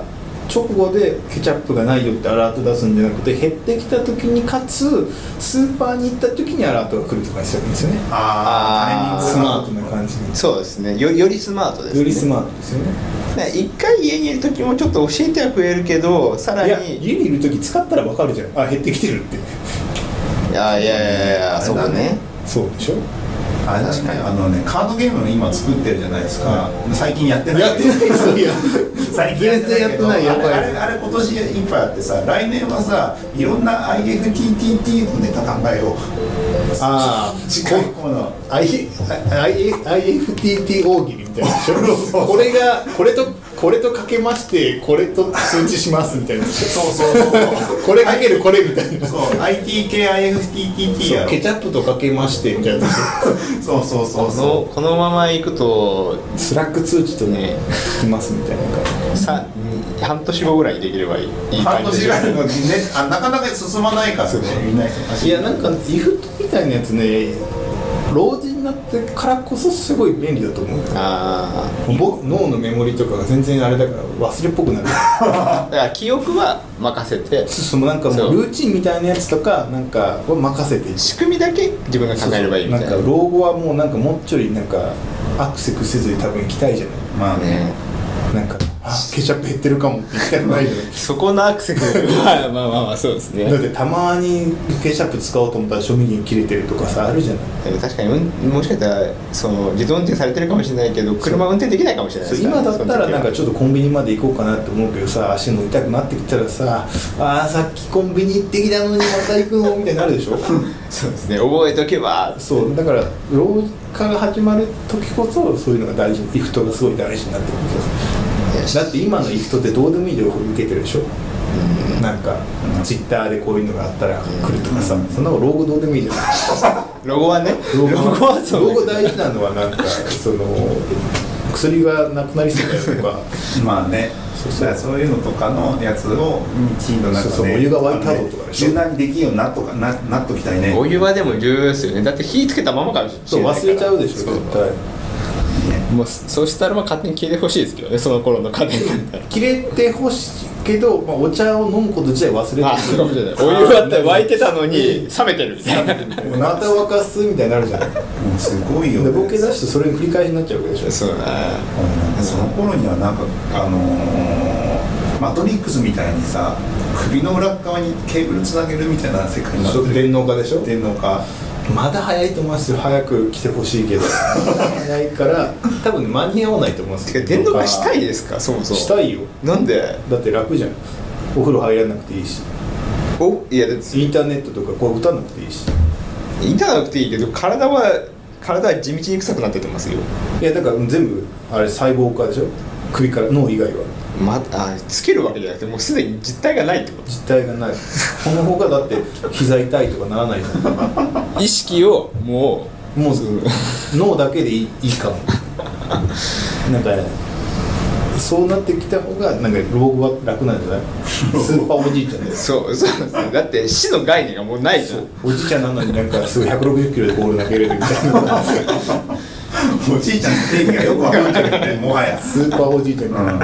直後でケチャップがないよってアラート出すんじゃなくて、減ってきた時にかつスーパーに行った時にアラートが来るとかにするんですよね。 ああ、タイミングスマートな感じに。 そうですね、よ, よりスマートですね。 よりスマートですよね。 一回家にいる時もちょっと教えてはくれるけど、さらにいや家にいる時使ったら分かるじゃん、あ減ってきてるって。 いやいやいやいや、そうだね。 そうでしょ。 あれ確かにあのね、カードゲーム今作ってるじゃないですか、はい、最近やってないやってないですよ最近やってないけど、 全然やってないやばい。 あれあれ今年いっぱいあってさ、来年はさいろんな アイエフティーティーティー のネタ考えよう。 ああ、 近いものアイエフティーティー 大喜利みたいなでしょこれがこれとこれとかけましてこれと数値しますみたいな。 そうそうそうこれかけるこれみたいな。 そう アイティー 系 アイエフティーティーティー やろ。 ケチャップとかけましてみたいな。 そうそうそうそう。 このこのままいくとスラック通知とね来ますみたいな。 さ半年後ぐらいにできればいい。いい半年ぐらいのね、あなかなか進まないからね。みんな忙しい。 いやなんかイフトみたいなやつね、老人になってからこそすごい便利だと思う。 ああ、 僕脳のメモリとかが全然あれだから忘れっぽくなる。 だから記憶は任せて、 そのなんかもうルーチンみたいなやつとかなんかを任せて、 仕組みだけ自分が考えればいいみたいな。 なんか老後はもうなんかもうちょいなんかアクセクせずに多分行きたいじゃない。 まあね。 なんかあケチャップ減ってるかもって言いたくないじゃない。 そこのアクセスまあまあまあまあそうですね。 だってたまにケチャップ使おうと思ったら賞味期限切れてるとかさあるじゃない。 確かに、うん、もしかしたらその自動運転されてるかもしれないけど車運転できないかもしれないですから、 今だったらなんかちょっとコンビニまで行こうかなって思うけどさ、足も痛くなってきたらさ、あーさっきコンビニ行ってきたのにまた行くのみたいになるでしょ。 そうですね、覚えとけば。 そうだから老化が始まる時こそそういうのが大事、イフトがすごい大事になってくるんです。だって今のイフトってどうでもいい情報受けてるでしょ。うん、なんかツイッターでこういうのがあったら来るとかさ、うん、そんなのロゴどうでもいいじゃない。 ロゴはね、 ロゴはそうロゴ大事なのはなんかその薬がなくなりそうだよとかまあね、そうそう、そういうのとかのやつを一度なんかね、 そうそう、お湯が沸いたぞとかでしょ。 柔軟にできるようになっとか な, なっときたいね。 お湯はでも重要ですよね。だって火つけたままかもしれない。 そう忘れちゃうでしょ絶対。 もうそうしたらまあ勝手に消えてほしいですけどね、その頃の家電だったら。 切れてほしいけど、まあ、お茶を飲むこと自体忘れてる。 ああ、そうかもしれない。お湯だって沸いてたのに冷めてるみたいな。 また沸かすみたいになるじゃない。 すごいよ、ね。 でボケ出してそれに繰り返しになっちゃうわけでしょ。 そうだね。 その頃にはなんかあのー、マトリックスみたいにさ、首の裏側にケーブルつなげるみたいな世界になってる。 電脳化でしょ。 電脳化。 まだ早いと思いますよ。早く来てほしいけど早いから多分、ね、間に合わないと思います。 てか電動化したいですか。そもそもしたいよ。 なんで。 だって楽じゃん。お風呂入らなくていいし、 おいやだってインターネットとかこう打たなくていいし。 インターネットなくていいけど体は体は地道に臭くなっててますよ。 いやだから全部あれ細胞化でしょ。首から脳以外はまあ、つけるわけじゃなくてもうすでに実体がないってこと。 実体がない。この方がだって膝痛いとかならないじゃん。 意識をもうもう脳だけでいい、いいかも。なんかね、そうなってきた方がなんか老後は楽なんじゃない。スーパーおじいちゃんでそうそうですね。だって死の概念がもうないじゃん。 おじいちゃんなのになんかすごいひゃくろくじゅっキロでボール投げれるみたいな。 おじいちゃんの定義がよくわかんないけどね、もはやスーパーおじいちゃん、うん、 はい、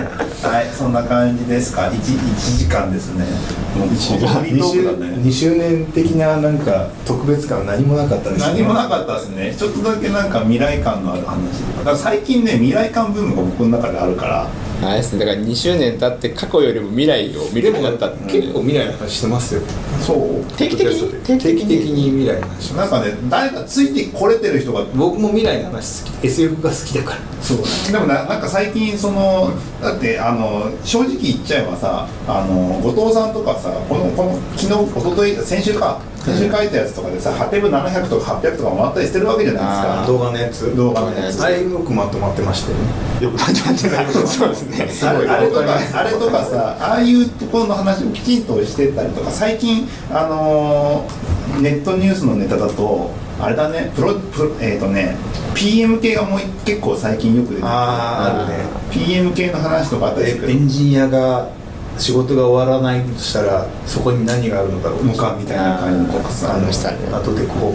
そんな感じですか。 1, 1時間ですね。もういちじかんフリートークだね。 にしゅうねん的ななんか特別感は何もなかったですね。 何もなかったですね。ちょっとだけなんか未来感のある話。だから最近ね、未来感ブームが僕の中であるから。 あれですね、だからにしゅうねん経って過去よりも未来を見るようになったって。 結構未来の話してますよ。 そう定期的に定期的に未来の話。 なんかね、誰かついてこれてる人が。 僕も未来の話好き、 エスエフ が好きだから。 そうでも な, なんか最近そのだってあの正直言っちゃえばさ、あの後藤さんとかさ、このこの昨日一昨日先週か先週書いたやつとかでさ、ハテブななひゃくとかはっぴゃくとか回ったりしてるわけじゃないですか。 動画のやつ動画のやつあれよくまとまってましたよね。 よくまとまってない。そうですね。 あれ, あれとかあれとかさ、ああいうところの話をきちんとしてたりとか、最近あのー、ネットニュースのネタだとあれだね、プロプロえっ、ー、とね ピーエム 系がもう結構最近よく出てる。 ああるね。 ピーエム 系の話とかあったりするけど、 エンジニアが仕事が終わらないとしたらそこに何があるのだろうのかみたいな感じとかさ、 あの下に後でこう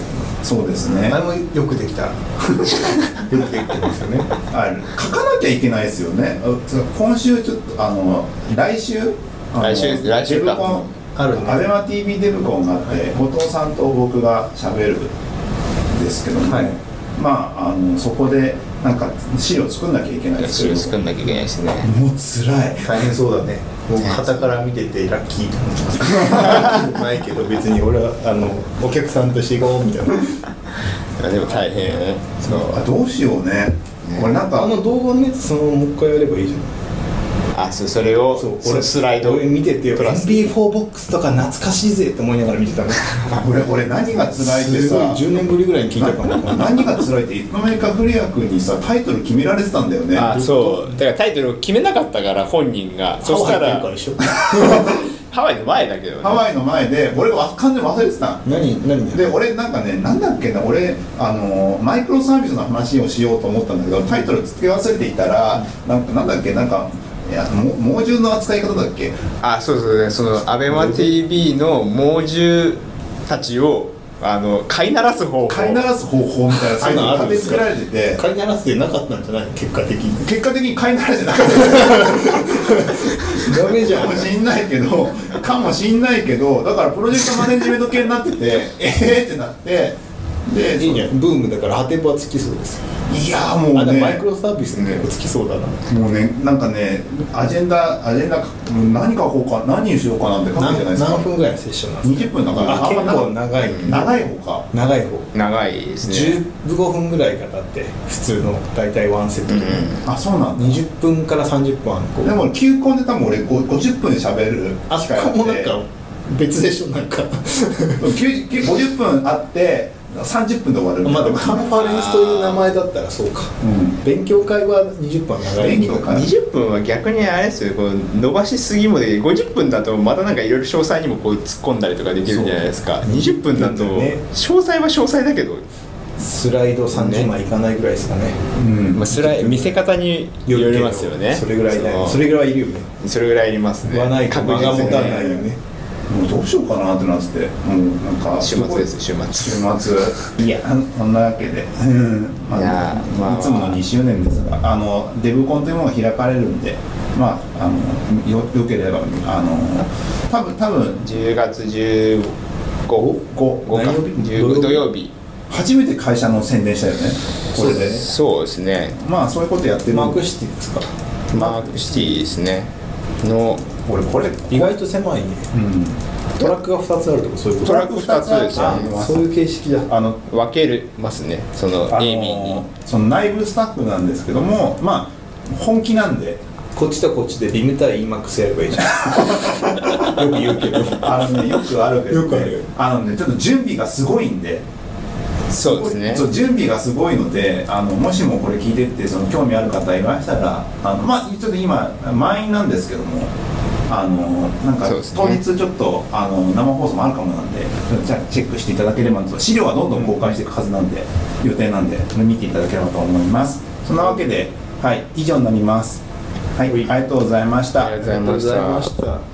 そうですね。 あれもよくできたよくできてますよね。 あれ書かなきゃいけないですよね。今週ちょっとあの来週来週来週かデブコンあるね。 アベマ ティービー デブコンがあって、はい、後藤さんと僕がしゃべるんですけども、はい、まああのそこでなんか資料作んなきゃいけないですけど、資料作んなきゃいけないですね。 もう辛い。 大変そうだね。もう傍から見ててラッキーと思ってますないけど別に俺はあのお客さんとして行こうみたいな。 でも大変ね。 そうあどうしようね。俺なんかあの動画のやつそのもう一回やればいいじゃん。 あ、そ, それをそう俺スライド俺見てて エムピーフォー ボックスとか懐かしいぜって思いながら見てたの俺, 俺何が辛いってさじゅうねんぶりぐらいに聞いたかも何が辛いっていつの間にか古谷君にさタイトル決められてたんだよね。 あそうだからタイトルを決めなかったから本人がそしたらハワイの前だけどね。 ハワイの前で俺が完全に忘れてた。 何何で俺なんかねなんだっけな俺あのマイクロサービスの話をしようと思ったんだけどタイトル付け忘れていたらなんかなんだっけなんかいや猛獣の扱い方だっけ。 あそうそうねそのアベマ ティービー の猛獣たちをあの飼いならす方法飼いならす方法みたいなそういうのが立て作られてて飼いならすでなかったんじゃない結果的に結果的に飼いならせなかったダメじゃんかもしんないけどかもしんないけどだからプロジェクトマネジメント系になっててえーってなってでいいねブームだから破天荒つきそうですよ。 いやもうねマイクロサービスに結構つきそうだな。 もうねなんかねアジェンダアジェンダ何書こうか何にしようかなんて書くじゃないですか。 何分ぐらいのセッションなんですか。 にじゅっぷんだからあ結構長い長い方か長い方長いですね。 じゅうごふんぐらいかかって普通の大体ワンセットで、うん、 あそうなんだ。 にじゅっぷんからさんじゅっぷんあるでも球根で多分俺ごじゅっぷんで喋る機会があってあもうなんか別でしょなんかごじゅっぷんあってさんじゅっぷんで終わる。 まあでもカンファレンスという名前だったらそうか、うん、勉強会はにじゅっぷんは長い。 にじゅっぷんは逆にあれですよこう伸ばしすぎもでごじゅっぷんだとまたなんかいろいろ詳細にもこう突っ込んだりとかできるじゃないですか。にじゅっぷんだと詳細は詳細だけどスライドさんじゅうまいいかないぐらいですかね。 うんまあ、スライ見せ方によりますよね。 それぐらいだよ。それぐらいいるよね。 それぐらいいりますね。 はないと間が持たないよね。 もうどうしようかなってなっててもうなんか週末です週末週末いやそんなわけで、うんまあ、いや、まあ、いつものにしゅうねんですがあのデブコンというものが開かれるんでまああの よ, よければあの多分多分じゅうがつじゅうごかじゅうご土曜日初めて会社の宣伝したよねこれで。 そうですね。 まあそういうことやってる。 マークシティですか。 マークシティですねの俺これ意外と狭いね、うん、トラックがふたつあるとかそういうこと。 トラックふたつですよね。 そういう形式だ。 あの分けますねその エービー にその内部スタッフなんですけどもまあ本気なんでこっちとこっちでリム対 イーマックス やればいいじゃんよく言うけどあの、ね、よくあるけど、ね、 よくあるあのねちょっと準備がすごいんでそうですね。 そう準備がすごいのであのもしもこれ聞いてってその興味ある方いましたらあの、まあ、ちょっと今満員なんですけどもあのなんか、ね、当日ちょっとあの生放送もあるかもなんでじゃチェックしていただければと資料はどんどん公開していくはずなんで予定なんで見ていただければと思います。そんなわけで、はい、以上になります。はい、ありがとうございました。 ありがとうございました。